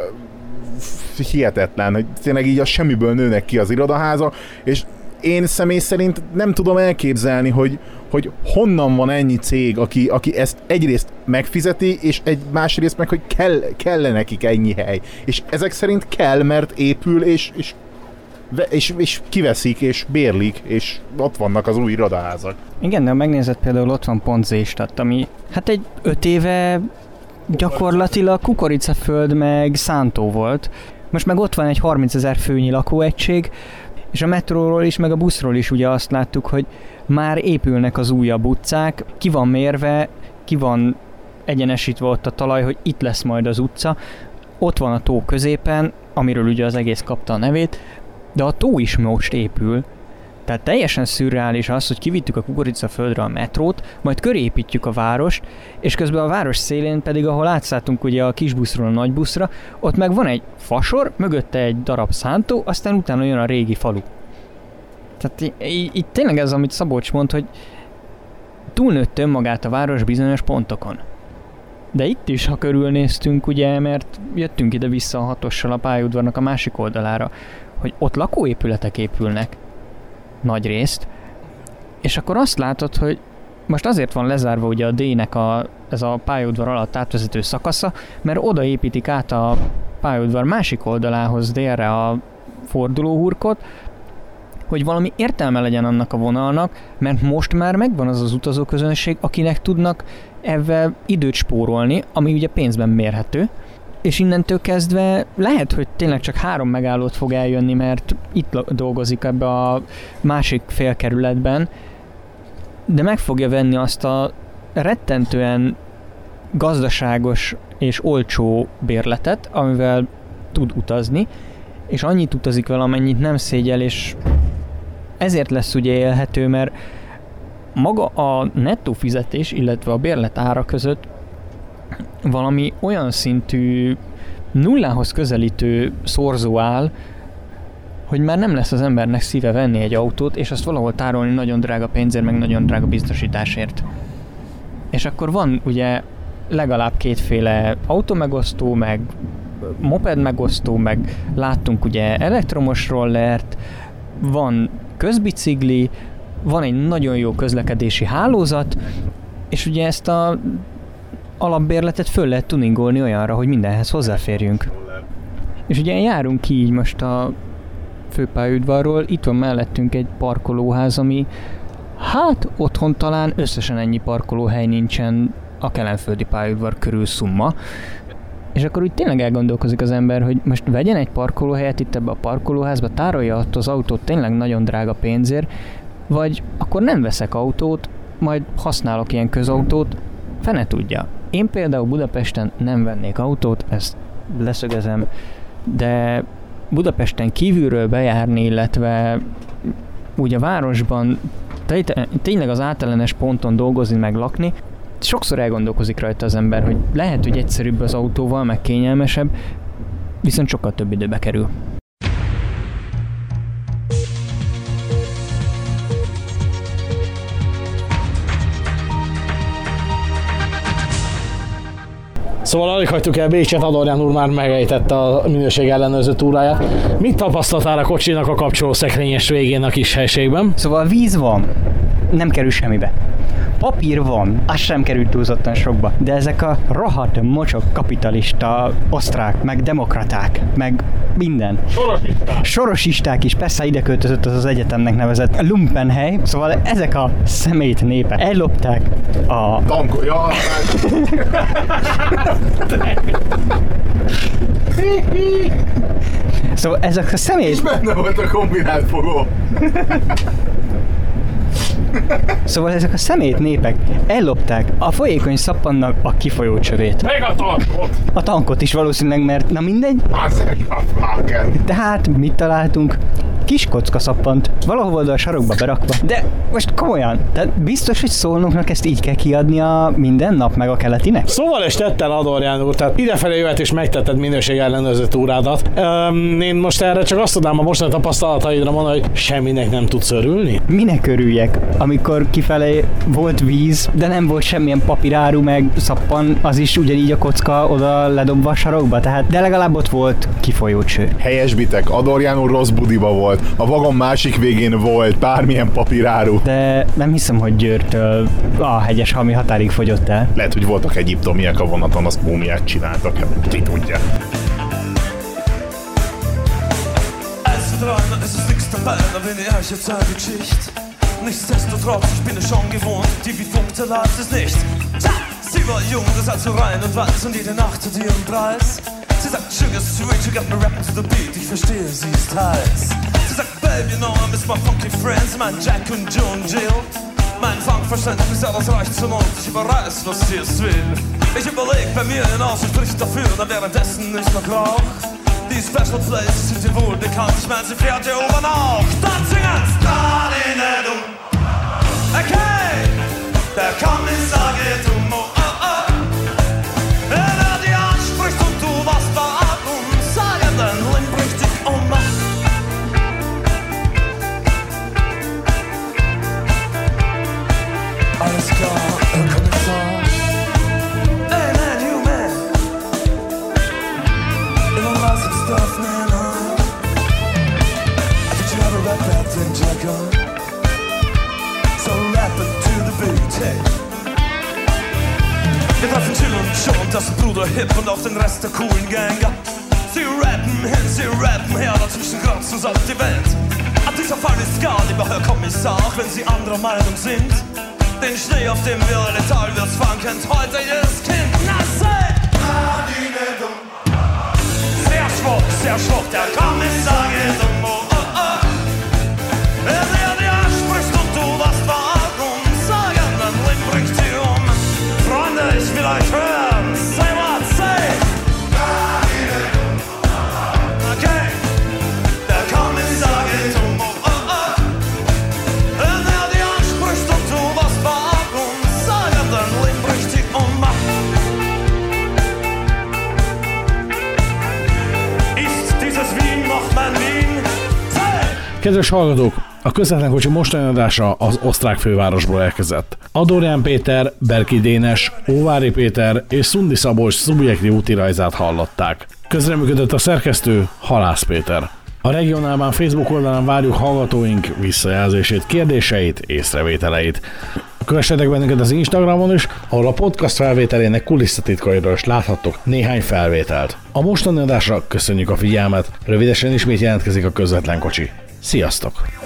hihetetlen, hogy tényleg így a semmiből nőnek ki az irodaházak, és én személy szerint nem tudom elképzelni, hogy honnan van ennyi cég, aki ezt egyrészt megfizeti, és másrészt meg, hogy kell nekik ennyi hely. És ezek szerint kell, mert épül, és kiveszik, és bérlik, és ott vannak az új irodaházak. Igen, de ha megnézed, például ott van pont Zéstadt, ami hát egy 5 éve gyakorlatilag kukoricaföld meg szántó volt. Most meg ott van egy 30 000 főnyi lakóegység, és a metróról is, meg a buszról is ugye azt láttuk, hogy már épülnek az újabb utcák, ki van mérve, ki van egyenesítve ott a talaj, hogy itt lesz majd az utca. Ott van a tó középen, amiről ugye az egész kapta a nevét, de a tó is most épül. Tehát teljesen szürreális az, hogy kivittük a kukoricaföldre a metrót, majd köré építjük a várost, és közben a város szélén pedig, ahol átszálltunk ugye a kisbuszról a nagybuszra, ott meg van egy fasor, mögötte egy darab szántó, aztán utána jön a régi falu. Tehát itt tényleg ez, amit Szabolcs mond, hogy túlnőtt önmagát a város bizonyos pontokon. De itt is, ha körülnéztünk, ugye, mert jöttünk ide vissza a 6-ossal a pályaudvarnak a másik oldalára, hogy ott lakóépületek épülnek nagy részt, és akkor azt látod, hogy most azért van lezárva ugye a D-nek ez a pályaudvar alatt átvezető szakasza, mert oda építik át a pályaudvar másik oldalához délre a fordulóhurkot, hogy valami értelme legyen annak a vonalnak, mert most már megvan az utazóközönség, akinek tudnak ezzel időt spórolni, ami ugye pénzben mérhető, és innentől kezdve lehet, hogy tényleg csak 3 megállót fog eljönni, mert itt dolgozik ebbe a másik félkerületben, de meg fogja venni azt a rettentően gazdaságos és olcsó bérletet, amivel tud utazni, és annyit utazik vele, amennyit nem szégyel, és ezért lesz ugye élhető, mert maga a nettó fizetés, illetve a bérlet ára között valami olyan szintű nullához közelítő szorzó áll, hogy már nem lesz az embernek szíve venni egy autót, és azt valahol tárolni nagyon drága pénzért, meg nagyon drága biztosításért. És akkor van ugye legalább 2 féle autómegosztó, meg moped megosztó, meg láttunk ugye elektromos rollert, van közbicikli, van egy nagyon jó közlekedési hálózat, és ugye ezt a alapbérletet föl lehet tuningolni olyanra, hogy mindenhez hozzáférjünk. És ugye járunk ki így most a főpályaudvarról, itt van mellettünk egy parkolóház, ami hát otthon talán összesen ennyi parkolóhely nincsen a kelenföldi pályaudvar körül szumma. És akkor úgy tényleg elgondolkozik az ember, hogy most vegyen egy parkolóhelyet itt ebbe a parkolóházba, tárolja ott az autót tényleg nagyon drága pénzért, vagy akkor nem veszek autót, majd használok ilyen közautót, fene tudja. Én például Budapesten nem vennék autót, ezt leszögezem, de Budapesten kívülről bejárni, illetve úgy a városban tényleg az általános ponton dolgozni, meg lakni, sokszor elgondolkozik rajta az ember, hogy lehet, hogy egyszerűbb az autóval, meg kényelmesebb, viszont sokkal több időbe kerül. Szóval alig hagytuk el Bécset, Adorján úr már megejtette a minőség ellenőrző túráját. Mit tapasztaltál a kocsinak a kapcsoló szekrényes végén a kis helységben? Szóval víz van, nem kerül semmibe. Papír van, az sem került túlzottan sokba, de ezek a rohadt mocsok kapitalista osztrák, meg demokraták, meg minden. Sorosisták is, persze ide költözött az egyetemnek nevezett lumpenhely, szóval ezek a szemét népek ellopták a... Tankolja! Szóval ezek a szemét... És benne volt a kombinált fogó. Szóval ezek a szemét népek ellopták a folyékony szappannak a kifolyó csövét. Meg a tankot! A tankot is valószínűleg, mert na mindegy. Tehát mit találtunk? Kis kocka szappant, valahol oda a sarokba berakva. De most komolyan, tehát biztos, hogy Szolnoknak ezt így kell kiadnia minden nap, meg a keletinek? Szóval és tettel, Adorján úr, tehát idefelé jöhet és megtetted minőség ellenőrző túrádat. Én most erre csak azt tudnám a mostani tapasztalataidra mondani, hogy semminek nem tudsz örülni? Minek örüljek, amikor kifelé volt víz, de nem volt semmilyen papíráru, meg szappan, az is ugyanígy a kocka oda ledobva a sarokba, tehát de legalább ott volt kifolyó cső. Helyesbitek, Adorján úr rossz budiba volt. A vagon másik végén volt bármilyen papíráru. De nem hiszem, hogy Győrtől a Hegyeshalmi határig fogyott el. Lehet, hogy voltak egyiptomiak a vonaton, azt múmiát csináltak, ki tudja. Es ist nichts dabei, da bin ich euch jetzt eine Geschichte. Nichtsdestotrotz, ich bin es schon gewohnt, die wie Punkte läuft es nicht. Sie war jung, das hat so rein und weiß und jede Nacht hat ihren Preis. Sie sagt, sugar sweet, you got me rapping to the beat, ich verstehe, sie ist heiß. Sie sagt, babe, you know I miss my funky friends, mein Jack und Joe und Jill. Mein Funkverständnis, ja, das reicht zum Mund, ich überreiß, was sie es will. Ich überleg bei mir hinaus und sprich dafür, da währenddessen nicht noch Rauch. Die Special Places sind dir wohl bekannt, ich mein, sie fährt hier oben auch. Dann singen's! Darinedum. Okay, der Kommissar geht um, oh, oh, oh. Der die anspricht und du machst da ab und sagen, dann bringt dich um. Alles klar, Herr Kommissar. Hey man, you man. Stuff, man, did you ever rap that thing, Jacko? So rap it to the beat, hey. Wir treffen Chill und John, das ist Bruder Hip und auch den Rest der coolen Ganger. Sie rappen hin, sie rappen her, dazwischen kratzt uns auf die Welt. Ab dieser Fall ist gar lieber Herr Kommissar, auch wenn Sie anderer Meinung sind. Den Schnee, auf dem wir alle Talwärtsfahren, kennt heute jedes Kind. Na, say! Sehr schwach, der Kommissar geht um, oh, oh, oh. Der dir anspricht und du was warum sagen, dann bringt dich um. Freunde, ich will euch hören, say what, say. Okay, der Kommissar geht um, oh, oh, oh. Der dir anspricht und du was warum sagen, dann bringt dich um. Kedves hallgatók, a közvetlen kocsi mostani adása az osztrák fővárosból érkezett. Adorján Péter, Berki Dénes, Óvári Péter és Szundi Szabolcs szubjektív útirajzát hallották. Közreműködött a szerkesztő, Halász Péter. A Regionálban Facebook oldalán várjuk hallgatóink visszajelzését, kérdéseit, észrevételeit. Kövessetek bennünket az Instagramon is, ahol a podcast felvételének kulisszatitkairól is láthattok néhány felvételt. A mostani adásra köszönjük a figyelmet, rövidesen ismét jelentkezik a közvetlen kocsi. Sziasztok!